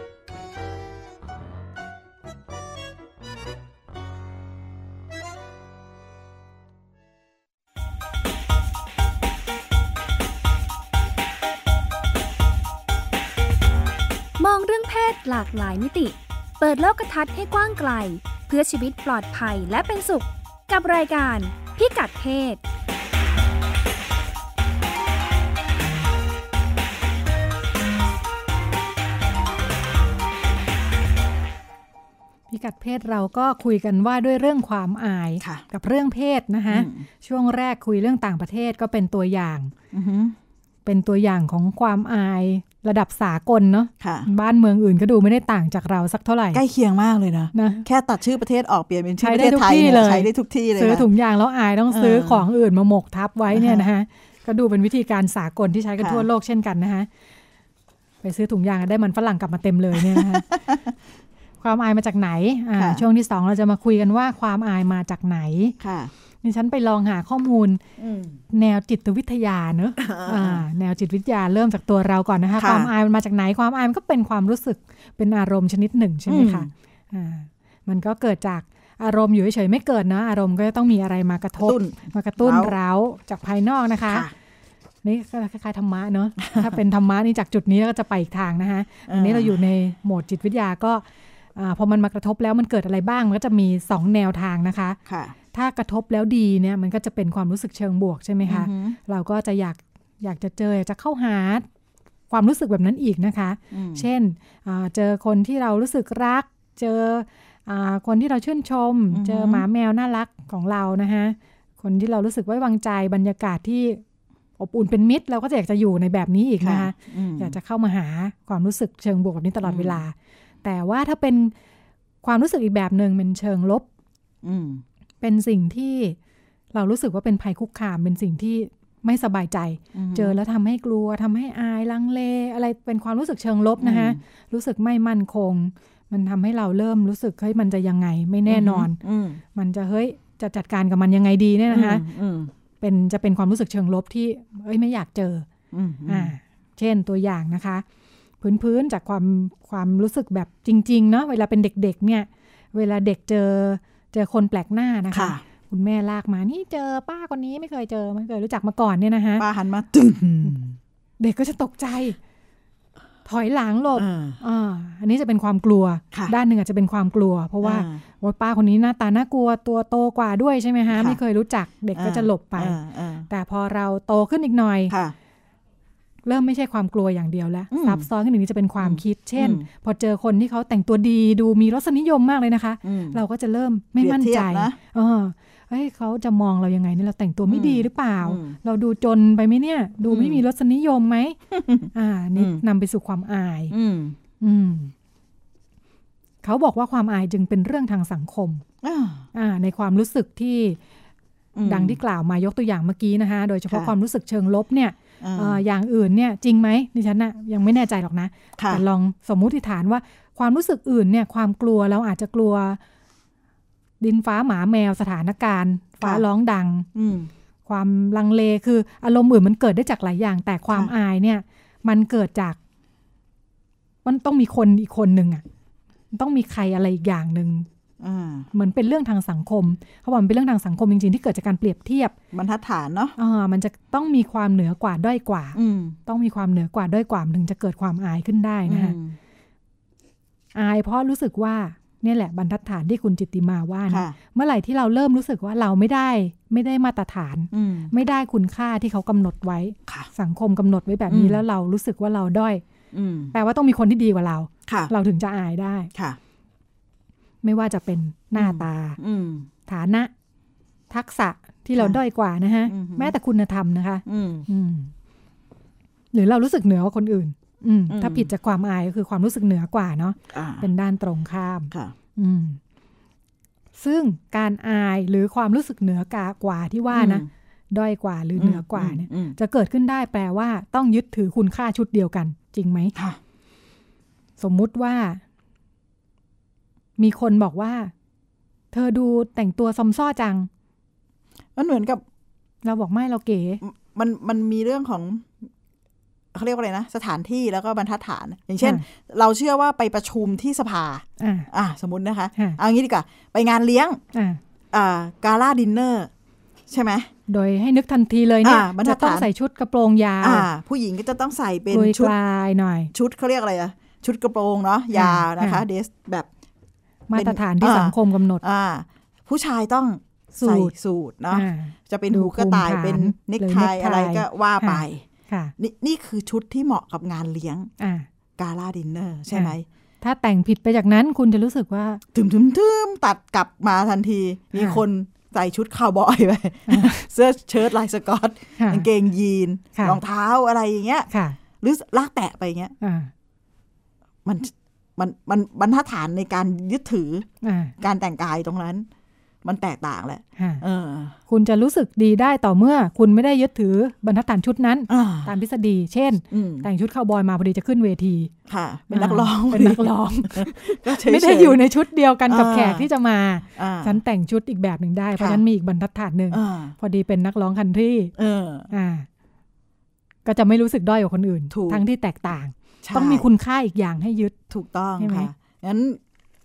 มองเรื่องเพศหลากหลายมิติเปิดโลกทัศน์ให้กว้างไกลเพื่อชีวิตปลอดภัยและเป็นสุขกับรายการพิกัดเพศพิกัดเพศเราก็คุยกันว่าด้วยเรื่องความอายกับเรื่องเพศนะคะช่วงแรกคุยเรื่องต่างประเทศก็เป็นตัวอย่างเป็นตัวอย่างของความอายระดับสากลเนาะบ้านเมืองอื่นก็ดูไม่ได้ต่างจากเราสักเท่าไหร่ใกล้เคียงมากเลยนะแค่ตัดชื่อประเทศออกเปลี่ยนเป็นชื่อประเทศไทยใช้ได้ทุกที่เลยซื้อถุงยางแล้วอายต้องซื้อของอื่นมาหมกทับไว้เนี่ยนะคะก็ดูเป็นวิธีการสากลที่ใช้กันทั่วโลกเช่นกันนะคะไปซื้อถุงยางได้มันฝรั่งกลับมาเต็มเลยเนี่ยนะคะความอายมาจากไหนช่วงที่2เราจะมาคุยกันว่าความอายมาจากไหนนี่ฉันไปลองหาข้อมูลแนวจิตวิทยาเนอะแนวจิตวิทยาเริ่มจากตัวเราก่อนนะคะความอายมันมาจากไหนความอายมันก็เป็นความรู้สึกเป็นอารมณ์ชนิดหนึ่งใช่ไหมคะมันก็เกิดจากอารมณ์อยู่เฉยๆไม่เกิดนะอารมณ์ก็จะต้องมีอะไรมากระทบมากระตุ้นเร้าจากภายนอกนะคะนี่คล้ายๆธรรมะเนอะ ถ้าเป็นธรรมะนี่จากจุดนี้ก็จะไปอีกทางนะคะอันนี้เราอยู่ในโหมดจิตวิทยาก็พอมันมากระทบแล้วมันเกิดอะไรบ้างมันก็จะมี2แนวทางนะคะถ้ากระทบแล้วดีเนี่ยมันก็จะเป็นความรู้สึกเชิงบวกใช่ไหมคะเราก็จะอยากจะเจออยากจะเข้าหาความรู้สึกแบบนั้นอีกนะคะเช่นเจอคนที่เรารู้สึกรักเจอคนที่เราชื่นชมเจอหมาแมวน่ารักของเรานะคะคนที่เรารู้สึกไว้วางใจบรรยากาศที่อบอุ่นเป็นมิตรเราก็จะอยากจะอยู่ในแบบนี้อีกนะคะอยากจะเข้ามาหาความรู้สึกเชิงบวกแบบนี้ตลอดเวลาแต่ว่าถ้าเป็นความรู้สึกอีกแบบนึงเป็นเชิงลบเป็นสิ่งที่เรารู้สึกว่าเป็นภัยคุกคามเป็นสิ่งที่ไม่สบายใจเจอแล้วทำให้กลัวทำให้อายลังเลอะไรเป็นความรู้สึกเชิงลบนะคะรู้สึกไม่มั่นคงมันทำให้เราเริ่มรู้สึกเฮ้ยมันจะยังไงไม่แน่นอนมันจะเฮ้ยจะจัดการกับมันยังไงดีเนี่ยนะคะจะเป็นความรู้สึกเชิงลบที่ไม่อยากเจอเช่นตัวอย่างนะคะพื้นๆจากความรู้สึกแบบจริงๆเนาะเวลาเป็นเด็กๆเนี่ยเวลาเด็กเจอคนแปลกหน้านะคะคุณแม่ลากมานี่เจอป้าคนนี้ไม่เคยรู้จักมาก่อนเนี่ยนะคะป้าหันมาตึ้งเด็กก็จะตกใจถอยหลังหลบอันนี้จะเป็นความกลัวด้านหนึ่งอาจจะเป็นความกลัวเพราะว่าป้าคนนี้หน้าตาน่ากลัวตัวโตกว่าด้วยใช่ไหมคะไม่เคยรู้จักเด็กก็จะหลบไปแต่พอเราโตขึ้นอีกหน่อยเริ่มไม่ใช่ความกลัวอย่างเดียวแล้วซับซ้อนขึ้นอีกนี้จะเป็นความคิดเช่นพอเจอคนที่เขาแต่งตัวดีดูมีรสนิยมมากเลยนะคะเราก็จะเริ่มไม่มั่นใจเขาจะมองเรายังไงเนี่ยเราแต่งตัวไม่ดีหรือเปล่าเราดูจนไปไหมเนี่ยดูไม่มีรสนิยมไหมนี่นำไปสู่ความอายเขาบอกว่าความอายจึงเป็นเรื่องทางสังคมในความรู้สึกที่ดังที่กล่าวมายกตัวอย่างเมื่อกี้นะคะโดยเฉพาะความรู้สึกเชิงลบเนี่ยอย่างอื่นเนี่ยจริงไหมดิฉันน่ะยังไม่แน่ใจหรอกนะแต่ลองสมมุติฐานว่าความรู้สึกอื่นเนี่ยความกลัวเราอาจจะกลัวดินฟ้าหมาแมวสถานการณ์ฟ้าร้องดังความลังเลคืออารมณ์อื่นมันเกิดได้จากหลายอย่างแต่ความอายเนี่ยมันเกิดจากมันต้องมีคนอีกคนนึงอ่ะต้องมีใครอะไรอีกอย่างนึงเหมือนเป็นเรื่องทางสังคมเขาบอกมันเป็นเรื่องทางสังคมจริงๆที่เกิดจากการเปรียบเทียบบรรทัดฐานเนาะมันจะต้องมีความเหนือกว่าด้อยกว่าต้องมีความเหนือกว่าด้อยกว่าถึงจะเกิดความอายขึ้นได้นะคะอายเพราะรู้สึกว่าเนี่ยแหละบรรทัดฐานที่คุณจิตติมาว่านะเมื่อไหร่ที่เราเริ่มรู้สึกว่าเราไม่ได้มาตรฐานไม่ได้คุณค่าที่เขากำหนดไว้สังคมกำหนดไว้แบบนี้แล้วเรารู้สึกว่าเราด้อยแปลว่าต้องมีคนที่ดีกว่าเราถึงจะอายได้ไม่ว่าจะเป็นหน้าตาฐานะทักษะที่เราด้อยกว่านะฮะแม้แต่คุณธรรมนะคะหรือเรารู้สึกเหนือกว่าคนอื่นถ้าผิดจากความอายก็คือความรู้สึกเหนือกว่าเนาะเป็นด้านตรงข้ามซึ่งการอายหรือความรู้สึกเหนือกว่าที่ว่านะด้อยกว่าหรือเหนือกว่าเนี่ยจะเกิดขึ้นได้แปลว่าต้องยึดถือคุณค่าชุดเดียวกันจริงไหมสมมุติว่ามีคนบอกว่าเธอดูแต่งตัวซอมซ่อจังมันเหมือนกับเราบอกไม่เราเก๋มันมีเรื่องของเขาเรียกว่าอะไรนะสถานที่แล้วก็บรรทัดฐานอย่างเช่นเราเชื่อว่าไปประชุมที่สภาสมมุตินะคะเอางี้ดีกว่าไปงานเลี้ยงกาล่าดินเนอร์ใช่ไหมโดยให้นึกทันทีเลยเนี่ยจะต้องใส่ชุดกระโปรงยาวผู้หญิงก็จะต้องใส่เป็นชุดลายหน่อยชุดเขาเรียกอะไรอะชุดกระโปรงเนาะยาวนะคะเดรสแบบมาตรฐานที่สังคมกำหนดผู้ชายต้องใส่สูทเนาะจะเป็นหูกระต่ายเป็นเนคไทอะไรก็ว่าไปนี่คือชุดที่เหมาะกับงานเลี้ยงกาล่าดินเนอร์ใช่ไหมถ้าแต่งผิดไปจากนั้นคุณจะรู้สึกว่าทึมตัดกลับมาทันทีมีคนใส่ชุดคาวบอยไปเสื้อเชิ้ตลายสก๊อตกางเกงยีนรองเท้าอะไรอย่างเงี้ยหรือลากแตะไปอย่างเงี้ยมันบรรทัดฐานในการยึดถือการแต่งกายตรงนั้นมันแตกต่างแหละคุณจะรู้สึกดีได้ต่อเมื่อคุณไม่ได้ยึดถือบรรทัดฐานชุดนั้นตามทฤษฎีเช่นแต่งชุดคาวบอยมาพอดีจะขึ้นเวทีเป็นนักร้องไม่ได้อยู่ในชุดเดียวกันกับแขกที่จะมาฉันแต่งชุดอีกแบบหนึ่งได้เพราะฉะนั้นมีอีกบรรทัดฐานหนึ่งพอดีเป็นนักร้องคันทรีก็จะไม่รู้สึกด้อยกว่าคนอื่นทั้งที่แตกต่างต้องมีคุณค่าอีกอย่างให้ยึดถูกต้องค่ะงั้น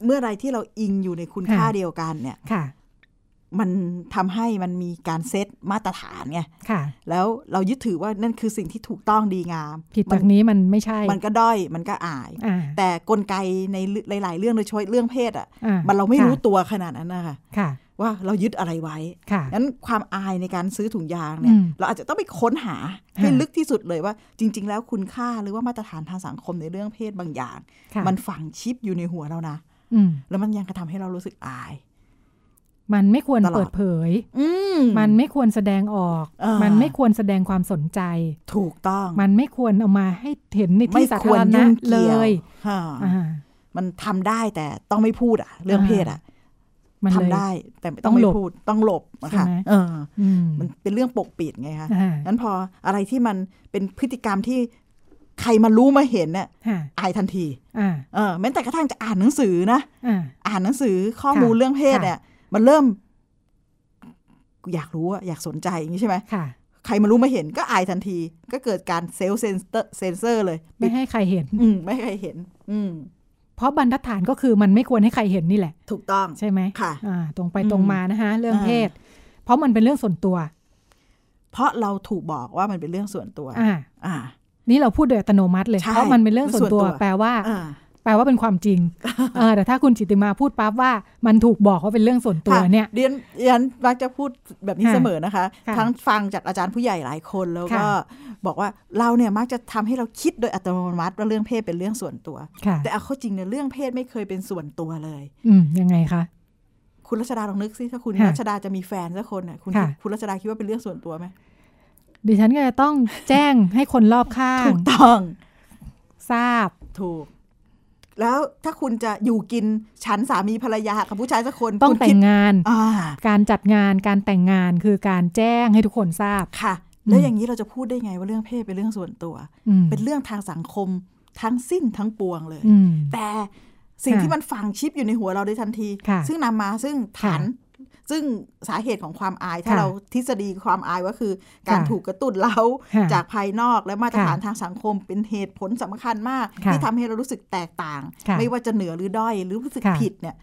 เมื่อไรที่เราอิงอยู่ในคุณค่าเดียวกันเนี่ยมันทำให้มันมีการเซตมาตรฐานไงแล้วเรายึดถือว่านั่นคือสิ่งที่ถูกต้องดีงามผิดจากนี้มันไม่ใช่มันก็ด้อยมันก็อายแต่กลไกในหลายๆเรื่องโดยเฉพาะเรื่องเพศมันเราไม่รู้ตัวขนาดนั้นนะคะว่าเรายึดอะไรไว้งั้นความอายในการซื้อถุงยางเนี่ยเราอาจจะต้องไปค้นหาให้ลึกที่สุดเลยว่าจริงๆแล้วคุณค่าหรือว่ามาตรฐานทางสังคมในเรื่องเพศบางอย่างมันฝังชิปอยู่ในหัวเรานะแล้วมันยังกระทำให้เรารู้สึกอายมันไม่ควรเปิดเผยมันไม่ควรแสดงออกมันไม่ควรแสดงความสนใจถูกต้องมันไม่ควรเอามาให้เห็นในที่สาธารณะเลยมันทำได้แต่ต้องไม่พูดเรื่องเพศทำได้แต่ต้องไม่พูดต้องหลบนะคะมันเป็นเรื่องปกปิดไงคะงั้นพออะไรที่มันเป็นพฤติกรรมที่ใครมารู้มาเห็นเนี่ยอายทันทีแม้แต่กระทั่งจะอ่านหนังสือนะอ่านหนังสือข้อมูลเรื่องเพศเนี่ยมันเริ่มอยากรู้อยากสนใจอย่างนี้ใช่ไหมใครมารู้มาเห็นก็อายทันทีก็เกิดการเซลล์เซนเซอร์เลยไม่ให้ใครเห็นไม่ให้ใครเห็นเพราะบรรทัดฐานก็คือมันไม่ควรให้ใครเห็นนี่แหละถูกต้องใช่ไหมค่ะตรงไปตรงมานะคะเรื่องเพศเพราะมันเป็นเรื่องส่วนตัวเพราะเราถูกบอกว่ามันเป็นเรื่องส่วนตัวนี่เราพูดโดยอัตโนมัติเลยเพราะมันเป็นเรื่องส่วนตัวแปลว่าเป็นความจริงแต่ถ้าคุณจิตติมาพูดปั๊บว่ามันถูกบอกว่าเป็นเรื่องส่วนตัวเนี่ยเรียนมักจะพูดแบบนี้เสมอนะคะทั้งฟังจากอาจารย์ผู้ใหญ่หลายคนแล้วก็บอกว่าเราเนี่ยมักจะทำให้เราคิดโดยอัตโนมัติว่าเรื่องเพศเป็นเรื่องส่วนตัวแต่เอาเข้าจริงเนี่ยเรื่องเพศไม่เคยเป็นส่วนตัวเลยยังไงคะคุณรัชดาลองนึกสิถ้าคุณรัชดาจะมีแฟนสักคนเนี่ยคุณรัชดาคิดว่าเป็นเรื่องส่วนตัวไหมดิฉันก็จะต้องแจ้งให้คนรอบข้างถูกต้องทราบถูกแล้วถ้าคุณจะอยู่กินฉันสามีภรรยากับผู้ชายสักคนต้องแต่งงานการจัดงานการแต่งงานคือการแจ้งให้ทุกคนทราบค่ะแล้วอย่างนี้เราจะพูดได้ไงว่าเรื่องเพศเป็นเรื่องส่วนตัวเป็นเรื่องทางสังคมทั้งสิ้นทั้งปวงเลยแต่สิ่งที่มันฝังชิปอยู่ในหัวเราได้ทันทีซึ่งนำมาซึ่งซึ่งสาเหตุของความอายถ้าเราทฤษฎีความอายว่าคือการถูกกระตุ้นเร้าจากภายนอกและมาตรฐานทางสังคมเป็นเหตุผลสำคัญมากที่ทำให้เรารู้สึกแตกต่างไม่ว่าจะเหนือหรือด้อยหรือรู้สึกผิดเนี่ย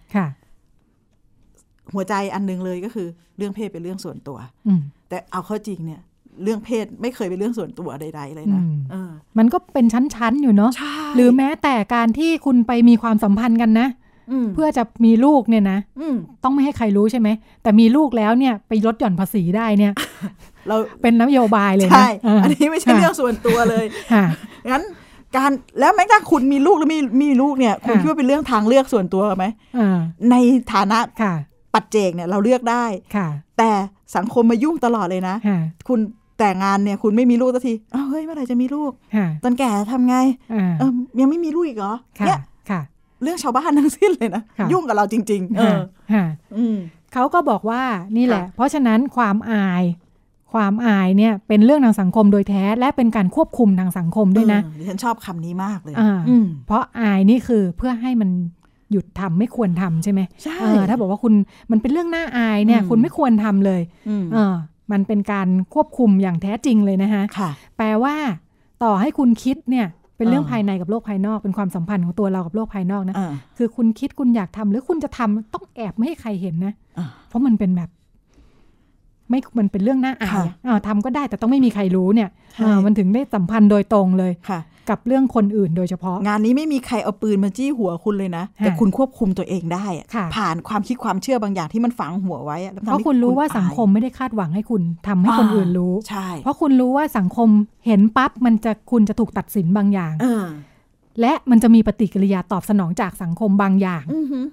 หัวใจอันนึงเลยก็คือเรื่องเพศเป็นเรื่องส่วนตัวแต่เอาเข้าจริงเนี่ยเรื่องเพศไม่เคยเป็นเรื่องส่วนตัวใดๆเลยนะมันก็เป็นชั้นๆอยู่เนาะหรือแม้แต่การที่คุณไปมีความสัมพันธ์กันนะเพื่อจะมีลูกเนี่ยนะต้องไม่ให้ใครรู้ใช่ไหมแต่มีลูกแล้วเนี่ยไปลดหย่อนภาษีได้เนี่ยเราเป็นนโยบายเลยนะใช่อันนี้ไม่ใช่เรื่องส่วนตัวเลยงั้นการแล้วแม้กระทั่งคุณมีลูกหรือมีลูกเนี่ยคุณคิดว่าเป็นเรื่องทางเลือกส่วนตัวไหมในฐานะปัจเจกเนี่ยเราเลือกได้แต่สังคมมายุ่งตลอดเลยนะคุณแต่งงานเนี่ยคุณไม่มีลูกสักทีเฮ้ยเมื่อไหร่จะมีลูกตอนแก่ทำไงยังไม่มีลูกอีกเหรอเนี่ยเรื่องชาวบ้านทั้งสิ้นเลยนะยุ่งกับเราจริงๆเขาก็บอกว่านี่แหละเพราะฉะนั้นความอายเนี่ยเป็นเรื่องทางสังคมโดยแท้และเป็นการควบคุมทางสังคมด้วยนะดิฉันชอบคำนี้มากเลยเพราะอายนี่คือเพื่อให้มันหยุดทำไม่ควรทำใช่ไหมใช่ถ้าบอกว่าคุณมันเป็นเรื่องน่าอายเนี่ยคุณไม่ควรทำเลยมันเป็นการควบคุมอย่างแท้จริงเลยนะคะแปลว่าต่อให้คุณคิดเนี่ยเป็นเรื่องภายในกับโลกภายนอกเป็นความสัมพันธ์ของตัวเรากับโลกภายนอกนะคือคุณคิดคุณอยากทำหรือคุณจะทำต้องแอบไม่ให้ใครเห็นนะเพราะมันเป็นแบบมันเป็นเรื่องน่าอายทำก็ได้แต่ต้องไม่มีใครรู้เนี่ยมันถึงได้สัมพันธ์โดยตรงเลยกับเรื่องคนอื่นโดยเฉพาะงานนี้ไม่มีใครเอาปืนมาจี้หัวคุณเลยนะแต่คุณควบคุมตัวเองได้ผ่านความคิดความเชื่อบางอย่างที่มันฝังหัวไว้เพราะคุณรู้ว่าสังคมไม่ได้คาดหวังให้คุณทำให้คนอื่นรู้เพราะคุณรู้ว่าสังคมเห็นปั๊บคุณจะถูกตัดสินบางอย่างและมันจะมีปฏิกิริยาตอบสนองจากสังคมบางอย่าง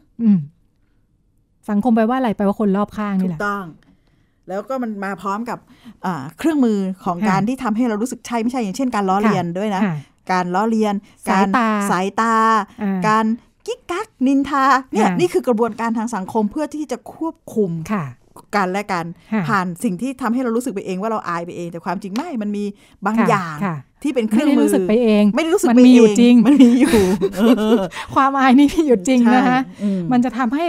สังคมแปลว่าอะไรแปลว่าคนรอบข้างนี่แหละถูกต้องแล้วก็มันมาพร้อมกับเครื่องมือของการที่ทำให้เรารู้สึกใช่ไม่ใช่อย่างเช่นการล้อเลียนด้วยนะการล้อเลียนการสายตาการกิ๊กกักนินทาเนี่ยนี่คือกระบวนการทางสังคมเพื่อที่จะควบคุมกันและกันผ่านสิ่งที่ทำให้เรารู้สึกไปเองว่าเราอายไปเองแต่ความจริงไม่มันมีบางอย่างที่เป็นเครื่องมือไม่ได้รู้สึกไปเองไม่ได้รู้สึกมันมีอยู่จริงมันมีอยู่ความอายนี่มีอยู่จริงนะคะมันจะทำให้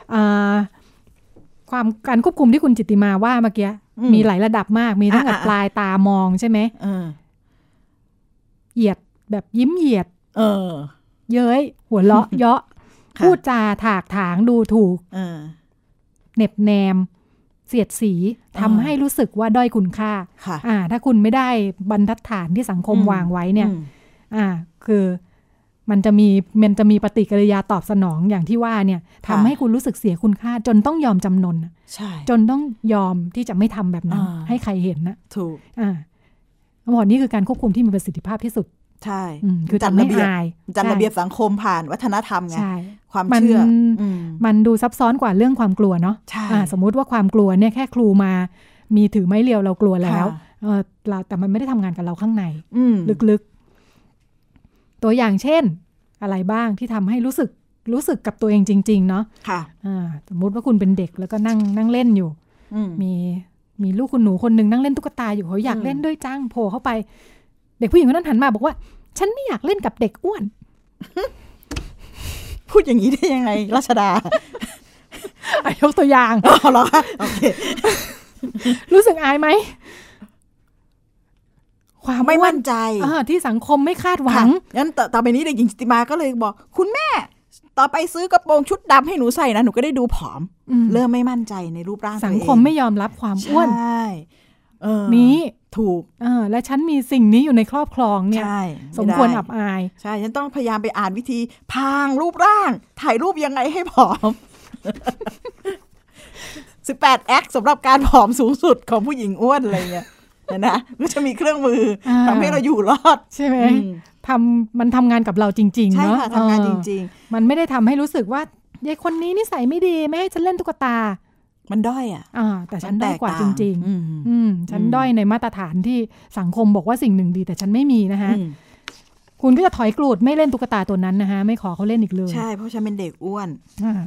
ความการควบคุมที่คุณจิตติมาว่าเมื่อกี้มีหลายระดับมากมีตั้งแต่ปลายตามองใช่ไหมเหยียดแบบยิ้มเหยียดเย้ยหัวเราะเยาะพูดจาถากถางดูถูกเหน็บแนมเสียดสีทำให้รู้สึกว่าด้อยคุณค่าถ้าคุณไม่ได้บรรทัดฐานที่สังคมวางไว้เนี่ยคือมันจะมีปฏิกิริยาตอบสนองอย่างที่ว่าเนี่ยทำให้คุณรู้สึกเสียคุณค่าจนต้องยอมจำนนจนต้องยอมที่จะไม่ทำแบบนั้นให้ใครเห็นนะถูกหมดนี่คือการควบคุมที่มีประสิทธิภาพที่สุดใช่คือจัดระเบียบสังคมผ่านวัฒนธรรมไงความเชื่อมันดูซับซ้อนกว่าเรื่องความกลัวเนาะสมมุติว่าความกลัวเนี่ยแค่ครูมามีถือไม้เรียวเรากลัวแล้วแต่มันไม่ได้ทำงานกับเราข้างในลึกๆตัวอย่างเช่นอะไรบ้างที่ทำให้รู้สึกกับตัวเองจริงๆเนาะสมมุติว่าคุณเป็นเด็กแล้วก็นั่งเล่นอยู่มีลูกคุณหนูคนนึงนั่งเล่นตุ๊กตาอยู่เขาอยากเล่นด้วยจังโผล่เข้าไปเด็กผู้หญิงคนนั้นหันมาบอกว่าฉันไม่อยากเล่นกับเด็กอ้วนพูดอย่างนี้ได้ยังไงรัชดายกตัวอย่างเหรอโอเครู้สึกอายไหมความไม่มั่นใจที่สังคมไม่คาดหวังงั้นต่อไปนี้เด็กหญิงจิตติมาก็เลยบอกคุณแม่ต่อไปซื้อกระโปรงชุดดำให้หนูใส่นะหนูก็ได้ดูผอมเริ่มไม่มั่นใจในรูปร่างสังคมไม่ยอมรับความอ้วนนี้ถูกและฉันมีสิ่งนี้อยู่ในครอบครองเนี่ยสมควรอับอายใช่ฉันต้องพยายามไปอ่านวิธีพรางรูปร่างถ่ายรูปยังไงให้ผอม18แอคสำหรับการผอมสูงสุดของผู้หญิงอ้วนอะไรเงี้ยนะก็จะมีเครื่องมือทำให้เราอยู่รอดใช่ไหมมันทำงานกับเราจริงๆเนาะใช่ค่ะทำงานจริงๆมันไม่ได้ทำให้รู้สึกว่ายายคนนี้นิสัยไม่ดีไม่ให้ฉันเล่นตุ๊กตามันด้อยแต่ฉันด้อยกว่าจริงๆฉันด้อยในมาตรฐานที่สังคมบอกว่าสิ่งหนึ่งดีแต่ฉันไม่มีนะคะคุณก็จะถอยกรูดไม่เล่นตุ๊กตาตัวนั้นนะคะไม่ขอเขาเล่นอีกเลยใช่เพราะฉันเป็นเด็กอ้วน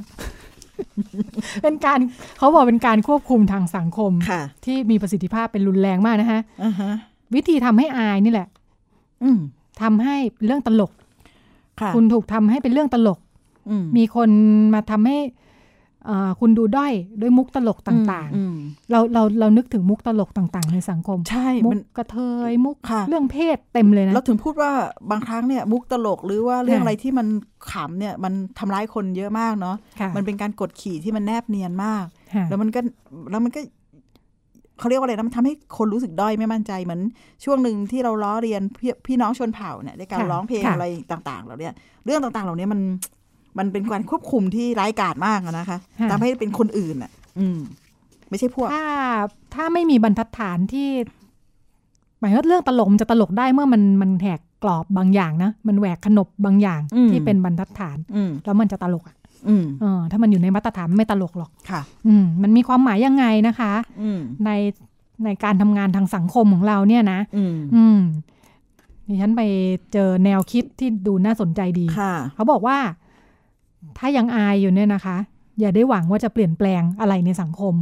เป็นการเขาบอกเป็นการควบคุมทางสังคมที่มีประสิทธิภาพเป็นรุนแรงมากนะคะวิธีทำให้อายนี่แหละทำให้เรื่องตลกคุณถูกทำให้เป็นเรื่องตลกมีคนมาทำให้คุณดูด้อยด้วยมุกตลกต่างๆเรานึกถึงมุกตลกต่างๆในสังคมใช่มุกกระเทยมุกเรื่องเพศเต็มเลยนะเราถึงพูดว่าบางครั้งเนี่ยมุกตลกหรือว่าเรื่องอะไรที่มันขำเนี่ยมันทำร้ายคนเยอะมากเนาะมันเป็นการกดขี่ที่มันแนบเนียนมากแล้วมันก็เขาเรียกว่าอะไรนะมันทำให้คนรู้สึกด้อยไม่มั่นใจเหมือนช่วงหนึ่งที่เราล้อเรียนพี่น้องชนเผ่าเนี่ยในการร้องเพลงอะไรต่างๆเหล่านี้เรื่องต่างๆเหล่านี้มันเป็นการควบคุมที่ร้ายกาจมากนะคะทำให้เป็นคนอื่นไม่ใช่พวกถ้าไม่มีบรรทัดฐานที่หมายว่าเรื่องตลกมันจะตลกได้เมื่อมันแหกกรอบบางอย่างนะมันแหวกขนบบางอย่างที่เป็นบรรทัดฐานแล้วมันจะตลกถ้ามันอยู่ในมาตรฐานไม่ตลกหรอกมันมีความหมายยังไงนะคะในการทำงานทางสังคมของเราเนี่ยนะดิฉันไปเจอแนวคิดที่ดูน่าสนใจดีเขาบอกว่าถ้ายังอายอยู่เนี่ยนะคะอย่าได้หวังว่าจะเปลี่ยนแปลงอะไรในสังคม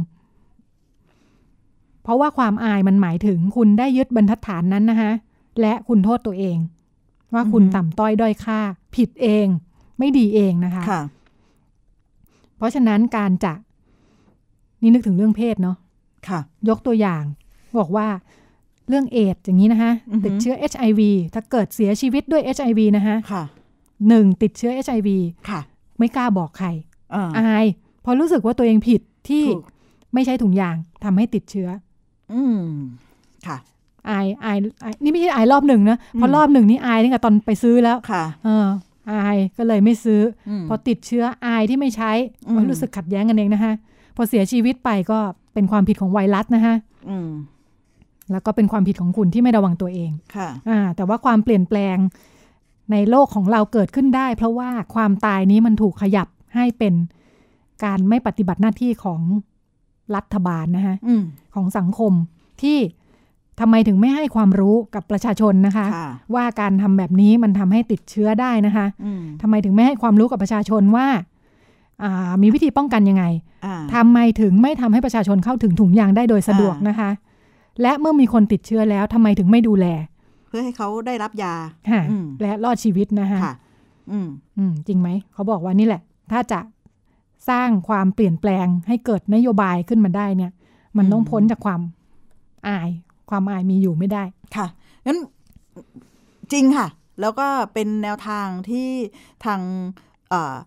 เพราะว่าความอายมันหมายถึงคุณได้ยึดบรรทัดฐานนั้นนะคะและคุณโทษตัวเองว่าคุณต่ำต้อยด้อยค่าผิดเองไม่ดีเองนะคะเพราะฉะนั้นการจะนี่นึกถึงเรื่องเพศเนาะยกตัวอย่างบอกว่าเรื่องเอดส์อย่างนี้นะคะติดเชื้อ HIV ถ้าเกิดเสียชีวิตด้วย HIV นะคะ1ติดเชื้อ HIV ไม่กล้าบอกใครอายพอรู้สึกว่าตัวเองผิดที่ไม่ใช้ถุงยางทำให้ติดเชื้อค่ะอายนี่ไม่ใช่อายรอบหนึ่งนะเพราะรอบหนึ่งนี่อายตั้งแต่ตอนไปซื้อแล้วอายก็เลยไม่ซื้อพอติดเชื้ออายที่ไม่ใช้ก็รู้สึกขัดแย้งกันเองนะคะพอเสียชีวิตไปก็เป็นความผิดของไวรัสนะคะแล้วก็เป็นความผิดของคุณที่ไม่ระวังตัวเองแต่ว่าความเปลี่ยนแปลงในโลกของเราเกิดขึ้นได้เพราะว่าความตายนี้มันถูกขยับให้เป็นการไม่ปฏิบัติหน้าที่ของรัฐบาลนะคะของสังคมที่ทำไมถึงไม่ให้ความรู้กับประชาชนนะคะว่าการทำแบบนี้มันทำให้ติดเชื้อได้นะคะทำไมถึงไม่ให้ความรู้กับประชาชนว่ามีวิธีป้องกันยังไงทำไมถึงไม่ทำให้ประชาชนเข้าถึงถุงยางได้โดยสะดวกนะคะและเมื่อมีคนติดเชื้อแล้วทำไมถึงไม่ดูแลเพื่อให้เขาได้รับยาและรอดชีวิตนะคะจริงไหมเขาบอกว่านี่แหละถ้าจะสร้างความเปลี่ยนแปลงให้เกิดนโยบายขึ้นมาได้เนี่ยมันต้องพ้นจากความอายมีอยู่ไม่ได้ค่ะงั้นจริงค่ะแล้วก็เป็นแนวทางที่ทาง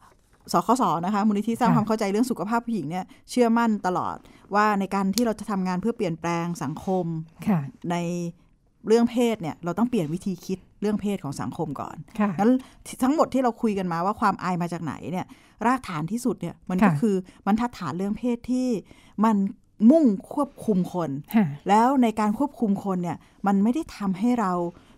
สคส.นะคะมูลนิธิสร้างความเข้าใจเรื่องสุขภาพผู้หญิงเนี่ยเชื่อมั่นตลอดว่าในการที่เราจะทำงานเพื่อเปลี่ยนแปลงสังคมในเรื่องเพศเนี่ยเราต้องเปลี่ยนวิธีคิดเรื่องเพศของสังคมก่อนงั้นทั้งหมดที่เราคุยกันมาว่าความอายมาจากไหนเนี่ยรากฐานที่สุดเนี่ยมันก็คือบรรทัดฐานเรื่องเพศที่มันมุ่งควบคุมคนแล้วในการควบคุมคนเนี่ยมันไม่ได้ทำให้เรา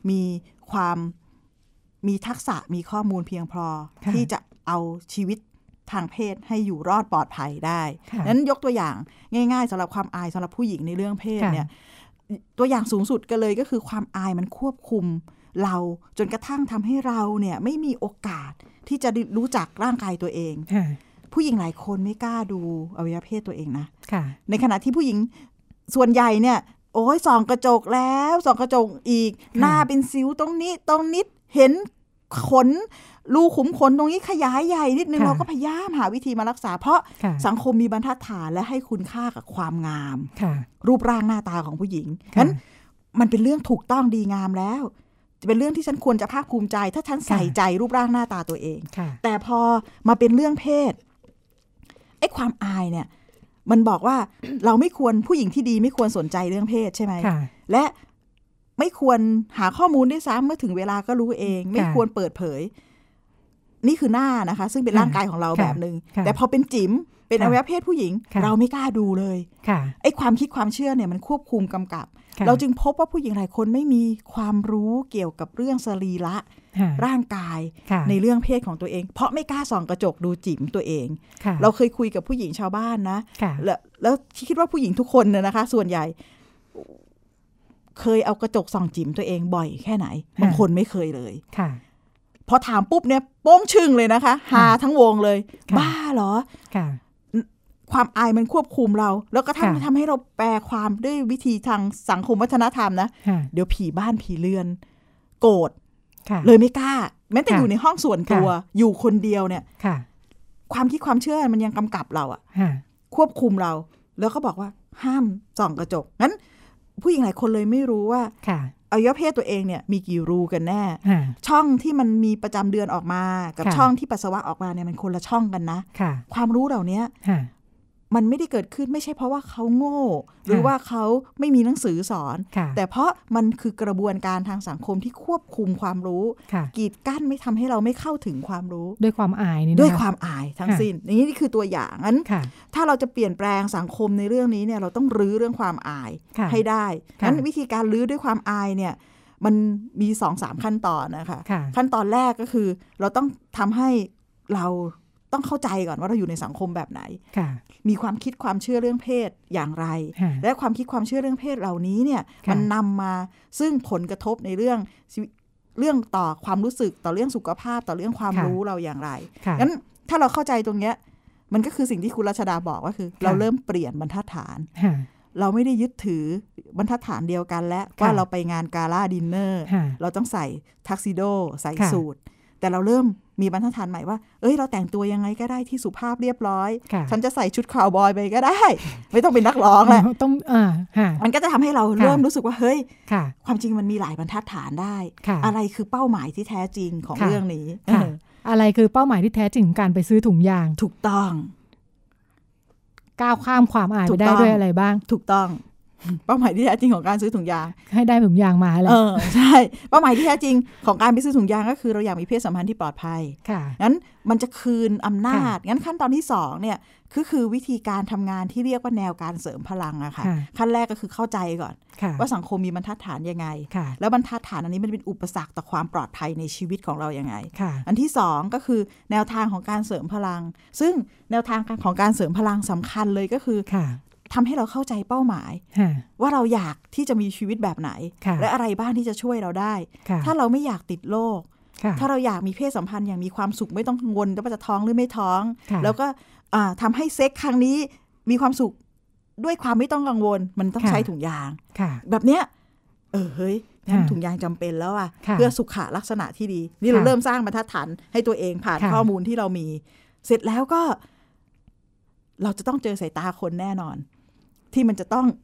มีทักษะมีข้อมูลเพียงพอที่จะเอาชีวิตทางเพศให้อยู่รอดปลอดภัยได้นั้นยกตัวอย่างง่ายๆสำหรับความอายสำหรับผู้หญิงในเรื่องเพศเนี่ยตัวอย่างสูงสุดกันเลยก็คือความอายมันควบคุมเราจนกระทั่งทำให้เราเนี่ยไม่มีโอกาสที่จะรู้จักร่างกายตัวเองผู้หญิงหลายคนไม่กล้าดูอวัยวะเพศตัวเองนะในขณะที่ผู้หญิงส่วนใหญ่เนี่ยโอ้ยส่องกระจกแล้วส่องกระจกอีกหน้าเป็นสิวตรงนี้ตรงนิดเห็นขนรูขุมขนตรงนี้ขยายใหญ่นิดนึงเราก็พยายามหาวิธีมารักษาเพราะสังคมมีบรรทัดฐานและให้คุณค่ากับความงามรูปร่างหน้าตาของผู้หญิงงั้นมันเป็นเรื่องถูกต้องดีงามแล้วเป็นเรื่องที่ฉันควรจะภาคภูมิใจถ้าฉันใส่ใจรูปร่างหน้าตาตัวเองแต่พอมาเป็นเรื่องเพศไอ้ความอายเนี่ยมันบอกว่าเราไม่ควรผู้หญิงที่ดีไม่ควรสนใจเรื่องเพศใช่ไหมและไม่ควรหาข้อมูลด้วยซ้ำเมื่อถึงเวลาก็รู้เองไม่ควรเปิดเผยนี่คือหน้านะคะซึ่งเป็นร่างกายของเราแบบนึงแต่พอเป็นจิ๋มเป็นอวัยวะเพศผู้หญิงเราไม่กล้าดูเลยไอ้ความคิดความเชื่อเนี่ยมันควบคุมกำกับเราจึงพบว่าผู้หญิงหลายคนไม่มีความรู้เกี่ยวกับเรื่องสรีระร่างกายในเรื่องเพศของตัวเองเพราะไม่กล้าส่องกระจกดูจิ๋มตัวเองเราเคยคุยกับผู้หญิงชาวบ้านนะแล้วคิดว่าผู้หญิงทุกคนเนี่ยนะคะส่วนใหญ่เคยเอากระจกส่องจิ๋มตัวเองบ่อยแค่ไหนบางคนไม่เคยเลยพอถามปุ๊บเนี่ยโป้งชึ่งเลยนะคะหาทั้งวงเลยบ้าเหรอความอายมันควบคุมเราแล้วก็ทำให้เราแปลความด้วยวิธีทางสังคมวัฒนธรรมนะเดี๋ยวผีบ้านผีเรือนโกรธเลยไม่กล้าแม้แต่อยู่ในห้องส่วนตัวอยู่คนเดียวเนี่ยความคิดความเชื่อมันยังกำกับเราอะควบคุมเราแล้วก็บอกว่าห้ามส่องกระจกงั้นผู้หญิงหลายคนเลยไม่รู้ว่าอวัยวะเพศตัวเองเนี่ยมีกี่รูกันแน่ช่องที่มันมีประจำเดือนออกมากับช่องที่ปัสสาวะออกมาเนี่ยมันคนละช่องกันนะความรู้เหล่านี้มันไม่ได้เกิดขึ้นไม่ใช่เพราะว่าเขาโง่หรือว่าเขาไม่มีหนังสือสอนแต่เพราะมันคือกระบวนการทางสังคมที่ควบคุมความรู้กีดกั้นไม่ทำให้เราไม่เข้าถึงความรู้ด้วยความอายนี่ด้วยความอายทั้งสิ้นนี่คือตัวอย่างงั้นถ้าเราจะเปลี่ยนแปลงสังคมในเรื่องนี้เนี่ยเราต้องรื้อเรื่องความอายให้ได้งั้นวิธีการรื้อด้วยความอายเนี่ยมันมี 2-3 ขั้นตอนนะคะขั้นตอนแรกก็คือเราต้องทำให้เราต้องเข้าใจก่อนว่าเราอยู่ในสังคมแบบไหนมีความคิดความเชื่อเรื่องเพศอย่างไรและความคิดความเชื่อเรื่องเพศเหล่านี้เนี่ยมันนำมาซึ่งผลกระทบในเรื่องต่อความรู้สึกต่อเรื่องสุขภาพต่อเรื่องความรู้เราอย่างไรงั้นถ้าเราเข้าใจตรงเนี้ยมันก็คือสิ่งที่คุณรัชดาบอกว่าคือเราเริ่มเปลี่ยนบรรทัดฐานเราไม่ได้ยึดถือบรรทัดฐานเดียวกันและว่าเราไปงานกาล่าดินเนอร์เราต้องใส่ทักซิโดใส่สูทแต่เราเริ่มมีบรรทัดฐานใหม่ว่าเราแต่งตัวยังไงก็ได้ที่สุภาพเรียบร้อยฉันจะใส่ชุดคาวบอยไปก็ได้ไม่ต้องเป็นนักร้องแหละต้องมันก็จะทำให้เราเริ่มรู้สึกว่าเฮ้ยความจริงมันมีหลายบรรทัดฐานได้อะไรคือเป้าหมายที่แท้จริงของเรื่องนี้อะไรคือเป้าหมายที่แท้จริงของการไปซื้อถุงยางถูกต้องก้าวข้ามความอายไปได้ด้วยอะไรบ้างถูกต้องเป้าหมายที่แท้จริงของการซื้อถุงยางให้ได้ถุงยางมาแล้วใช่เป้าหมายที่แท้จริงของการไปซื้อถุงยางก็คือเราอยากมีเพศสัมพันธ์ที่ปลอดภัยงั้นมันจะคืนอำนาจงั้นขั้นตอนที่2เนี่ยคือวิธีการทำงานที่เรียกว่าแนวการเสริมพลังอะค่ะขั้นแรกก็คือเข้าใจก่อนว่าสังคมมีบรรทัดฐานยังไงแล้วบรรทัดฐานอันนี้มันเป็นอุปสรรคต่อความปลอดภัยในชีวิตของเรายังไงอันที่2ก็คือแนวทางของการเสริมพลังซึ่งแนวทางของการเสริมพลังสำคัญเลยก็คือทำให้เราเข้าใจเป้าหมายว่าเราอยากที่จะมีชีวิตแบบไหนและอะไรบ้างที่จะช่วยเราได้ถ้าเราไม่อยากติดโรคถ้าเราอยากมีเพศสัมพันธ์อย่างมีความสุขไม่ต้องกังวลว่าจะท้องหรือไม่ท้องแล้วก็ทำให้เซ็กครั้งนี้มีความสุขด้วยความไม่ต้องกังวลมันต้องใช้ถุงยางแบบเนี้ยเฮ้ยงั้นถุงยางจำเป็นแล้วอ่ะเพื่อสุขลักษณะที่ดีนี่เราเริ่มสร้างบรรทัดฐานให้ตัวเองผ่านข้อมูลที่เรามีเสร็จแล้วก็เราจะต้องเจอสายตาคนแน่นอนที่มันจะต้อง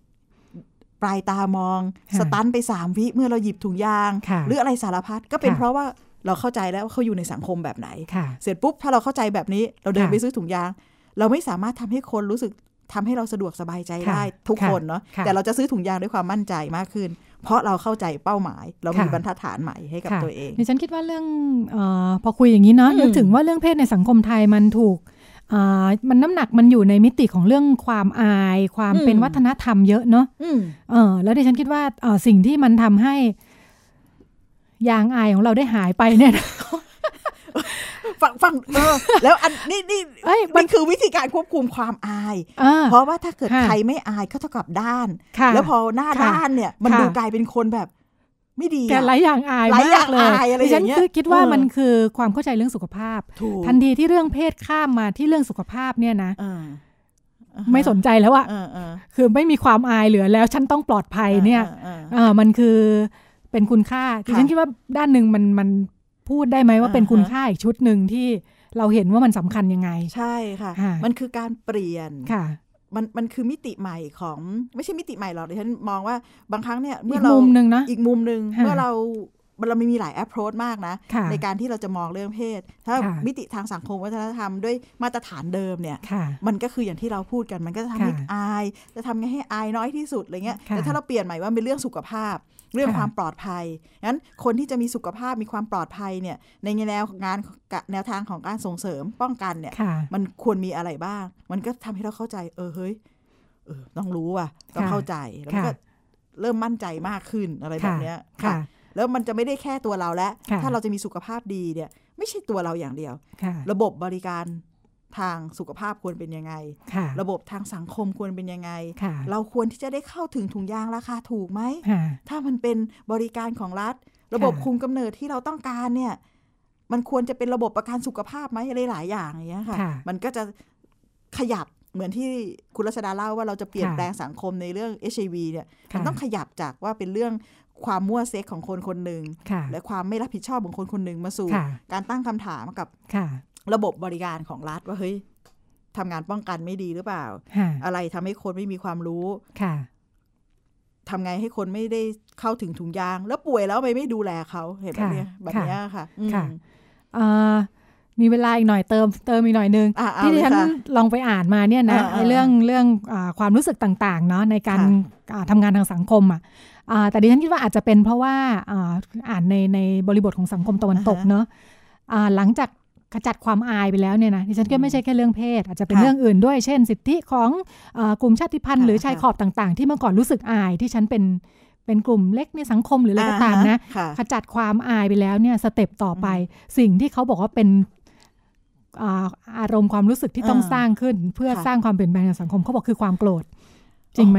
ปลายตามองสตันไป3 วิเมื่อเราหยิบถุงยางหรืออะไรสารพัดก็เป็นเพราะว่าเราเข้าใจแล้วว่าเขาอยู่ในสังคมแบบไหนเสร็จปุ๊บถ้าเราเข้าใจแบบนี้เราเดินไปซื้อถุงยางเราไม่สามารถทำให้คนรู้สึกทำให้เราสะดวกสบายใจได้ทุกคนเนาะแต่เราจะซื้อถุงยางด้วยความมั่นใจมากขึ้นเพราะเราเข้าใจเป้าหมายเรามีบรรทัดฐานใหม่ให้กับตัวเองดิฉันคิดว่าเรื่องพอคุยอย่างนี้เนาะนึกถึงว่าเรื่องเพศในสังคมไทยมันถูกมันน้ำหนักมันอยู่ในมิติของเรื่องความอายความเป็นวัฒนธรรมเยอะเนาะแล้วดิฉันคิดว่าสิ่งที่มันทำให้ยางอายของเราได้หายไปเนี่ยฟังแล้วอันนี่มันคือวิธีการควบคุมความอายเพราะว่าถ้าเกิดใครไม่อายก็เท่ากับด้านแล้วพอหน้าด้านเนี่ยมันดูกลายเป็นคนแบบไม่ดีแกหลายอย่างอายมากเลยดิฉันคิดว่ามันคือความเข้าใจเรื่องสุขภาพทันทีที่เรื่องเพศข้ามมาที่เรื่องสุขภาพเนี่ยนะไม่สนใจแล้วอะคือไม่มีความอายเหลือแล้วฉันต้องปลอดภัยเนี่ยมันคือเป็นคุณค่าดิฉันคิดว่าด้านหนึ่งมันพูดได้ไหมว่าเป็นคุณค่าอีกชุดหนึ่งที่เราเห็นว่ามันสำคัญยังไงใช่ค่ะมันคือการเปลี่ยนมันคือมิติใหม่ของไม่ใช่มิติใหม่หรอกดิฉันมองว่าบางครั้งเนี่ยเมื่อเราอีกมุมนึงเมื่อเรามีหลาย approach มากนะในการที่เราจะมองเรื่องเพศถ้ามิติทางสังคมวัฒนธรรมด้วยมาตรฐานเดิมเนี่ยมันก็คืออย่างที่เราพูดกันมันก็จะทำให้อายจะทำไงให้อายน้อยที่สุดอะไรเงี้ยแต่ถ้าเราเปลี่ยนใหม่ว่าเป็นเรื่องสุขภาพเรื่องความปลอดภัยงั้นคนที่จะมีสุขภาพมีความปลอดภัยเนี่ยในแนวทางของการส่งเสริมป้องกันเนี่ยมันควรมีอะไรบ้างมันก็ทำให้เราเข้าใจเฮ้ยต้องรู้อ่ะต้องเข้าใจแล้วก็เริ่มมั่นใจมากขึ้นอะไรแบบเนี้ยค่ะแล้วมันจะไม่ได้แค่ตัวเราแล้วถ้าเราจะมีสุขภาพดีเนี่ยไม่ใช่ตัวเราอย่างเดียวระบบบริการทางสุขภาพควรเป็นยังไงระบบทางสังคมควรเป็นยังไงเราควรที่จะได้เข้าถึงถุงยางราคาถูกไหมถ้ามันเป็นบริการของรัฐระบบคุมกำเนิดที่เราต้องการเนี่ยมันควรจะเป็นระบบประกันสุขภาพไหมอะไรหลายอย่างอย่างเงี้ยค่ะมันก็จะขยับเหมือนที่คุณรัชดาเล่าว่าเราจะเปลี่ยนแปลงสังคมในเรื่อง HIV เนี่ยมันต้องขยับจากว่าเป็นเรื่องความมั่วเซ็กของคนคนหนึ่งและความไม่รับผิดชอบของคนคนหนึ่งมาสู่การตั้งคำถามกับระบบบริการของรัฐว่าเฮ้ยทำงานป้องกันไม่ดีหรือเปล่าอะไรทำให้คนไม่มีความรู้ทำไงให้คนไม่ได้เข้าถึงถุงยางแล้วป่วยแล้วไม่ดูแลเขาเห็นแบบนี้ค่ะมีเวลาอีกหน่อยเติมอีกหน่อยนึงที่ดิฉันลองไปอ่านมาเนี่ยนะเรื่องความรู้สึกต่างๆเนาะในการทำงานทางสังคมแต่ดิฉันคิดว่าอาจจะเป็นเพราะว่าอ่านในบริบทของสังคมตะวันตกเนาะหลังจากขจัดความอายไปแล้วเนี่ยนะดิฉันก็ไม่ใช่แค่เรื่องเพศอาจจะเป็นเรื่องอื่นด้วยเช่นสิทธิของกลุ่มชาติพันธุ์หรือชายขอบต่างๆที่เมื่อก่อนรู้สึกอายที่ฉันเป็นกลุ่มเล็กในสังคมหรืออะไรก็ตามนะขจัดความอายไปแล้วเนี่ยสเต็ปต่อไปสิ่งที่เขาบอกว่าเป็นอารมณ์ความรู้สึกที่ต้องสร้างขึ้นเพื่อสร้างความเปลี่ยนแปลงในสังคมเขาบอกคือความโกรธจริงไหม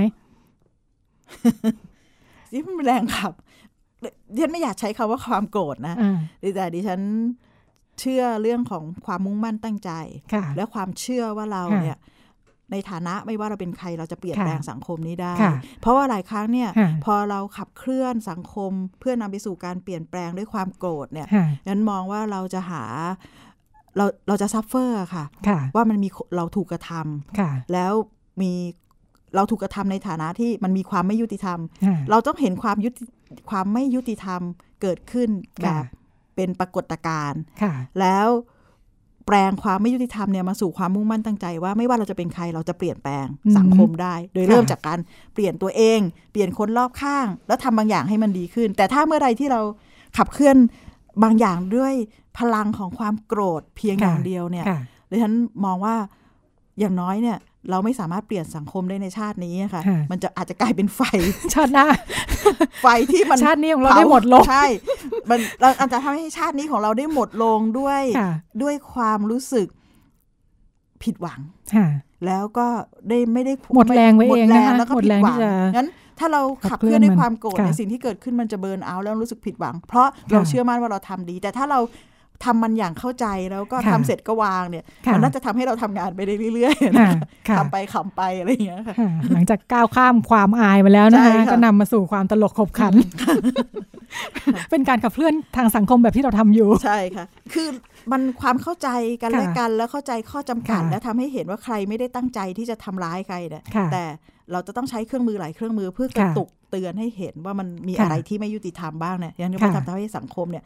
นี่มันแรงครับดิฉันไม่อยากใช้คำว่าความโกรธนะแต่ดิฉันเชื่อเรื่องของความมุ่งมั่นตั้งใจและความเชื่อว่าเราเนี่ยในฐานะไม่ว่าเราเป็นใครเราจะเปลี่ยนแปลงสังคมนี้ได้เพราะว่าหลายครั้งเนี่ยพอเราขับเคลื่อนสังคมเพื่อนำไปสู่การเปลี่ยนแปลงด้วยความโกรธเนี่ยฉันมองว่าเราจะหาเราจะซัฟเฟอร์ค่ะว่ามันมีเราถูกกระทำแล้วมีเราถูกกระทำในฐานะที่มันมีความไม่ยุติธรรมเราต้องเห็นความไม่ยุติธรรมเกิดขึ้นแบบเป็นปรากฏการณ์แล้วแปลงความไม่ยุติธรรมเนี่ยมาสู่ความมุ่งมั่นตั้งใจว่าไม่ว่าเราจะเป็นใครเราจะเปลี่ยนแปลงสังคมได้โดยเริ่มจากการเปลี่ยนตัวเองเปลี่ยนคนรอบข้างแล้วทำบางอย่างให้มันดีขึ้นแต่ถ้าเมื่อไรที่เราขับเคลื่อนบางอย่างด้วยพลังของความโกรธเพียงอย่างเดียวเนี่ยดิฉันมองว่าอย่างน้อยเนี่ยเราไม่สามารถเปลี่ยนสังคมได้ในชาตินี้ค่ะมันจะอาจจะกลายเป็นไฟชาติหน้าไฟที่มันชาตินี้ของเราได้หมดลงใช่มันเราอาจจะทำให้ชาตินี้ของเราได้หมดลงด้วยความรู้สึกผิดหวังแล้วก็ไม่ได้หมดแรงไว้เองนะคะแล้วก็ผิดหวังงั้นถ้าเราขับเคลื่อนด้วยความโกรธในสิ่งที่เกิดขึ้นมันจะเบิร์นเอาท์แล้วรู้สึกผิดหวังเพราะเราเชื่อมั่นว่าเราทำดีแต่ถ้าเราทำมันอย่างเข้าใจแล้วก็ทำเสร็จก็วางเนี่ยมันน่าจะทำให้เราทำงานไปได้เรื่อยๆทำไปขำไปอะไรอย่างเงี้ยค่ะหลังจากก้าวข้ามความอายมาแล้วนะคะก็นำมาสู่ความตลกขบขันเป็นการขับเคลื่อนทางสังคมแบบที่เราทำอยู่ใช่ค่ะคือมันความเข้าใจกันและกันแล้วเข้าใจข้อจำกัดและทำให้เห็นว่าใครไม่ได้ตั้งใจที่จะทำร้ายใครเนี่ยแต่เราจะต้องใช้เครื่องมือหลายเครื่องมือเพื่อกระตุกเตือนให้เห็นว่ามันมีอะไรที่ไม่ยุติธรรมบ้างเนี่ยอย่างนี้มันทำให้สังคมเนี่ย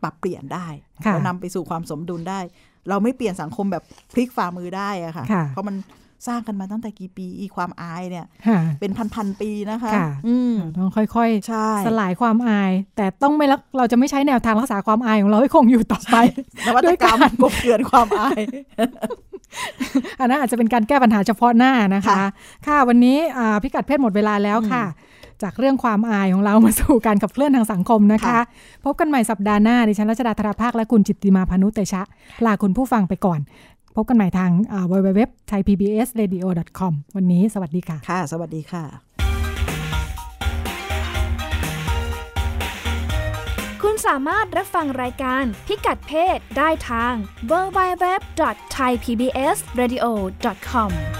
ปรับเปลี่ยนได้แล้วนำไปสู่ความสมดุลได้เราไม่เปลี่ยนสังคมแบบพลิกฝ่ามือได้อะค่ะเพราะมันสร้างกันมาตั้งแต่กี่ปีความอายเนี่ยเป็นพันปีนะคะต้องค่อยๆสลายความอายแต่ต้องไม่เราจะไม่ใช้แนวทางรักษาความอายของเราให้คงอยู่ต่อไปนวัตกรรมกบเกลื่อนความอายอันนั้นอาจจะเป็นการแก้ปัญหาเฉพาะหน้านะคะค่ะวันนี้พิกัดเพศหมดเวลาแล้วค่ะจากเรื่องความอายของเรามาสู่การขับเคลื่อนทางสังคมนะคะพบกันใหม่สัปดาห์หน้าดิฉันรัชดาธราภาคและคุณจิตติมาพานุเตชะลาคุณผู้ฟังไปก่อนพบกันใหม่ทางwww.thaipbsradio.com วันนี้สวัสดีค่ะค่ะสวัสดีค่ะคุณสามารถรับฟังรายการพิกัดเพศได้ทาง www.thaipbsradio.com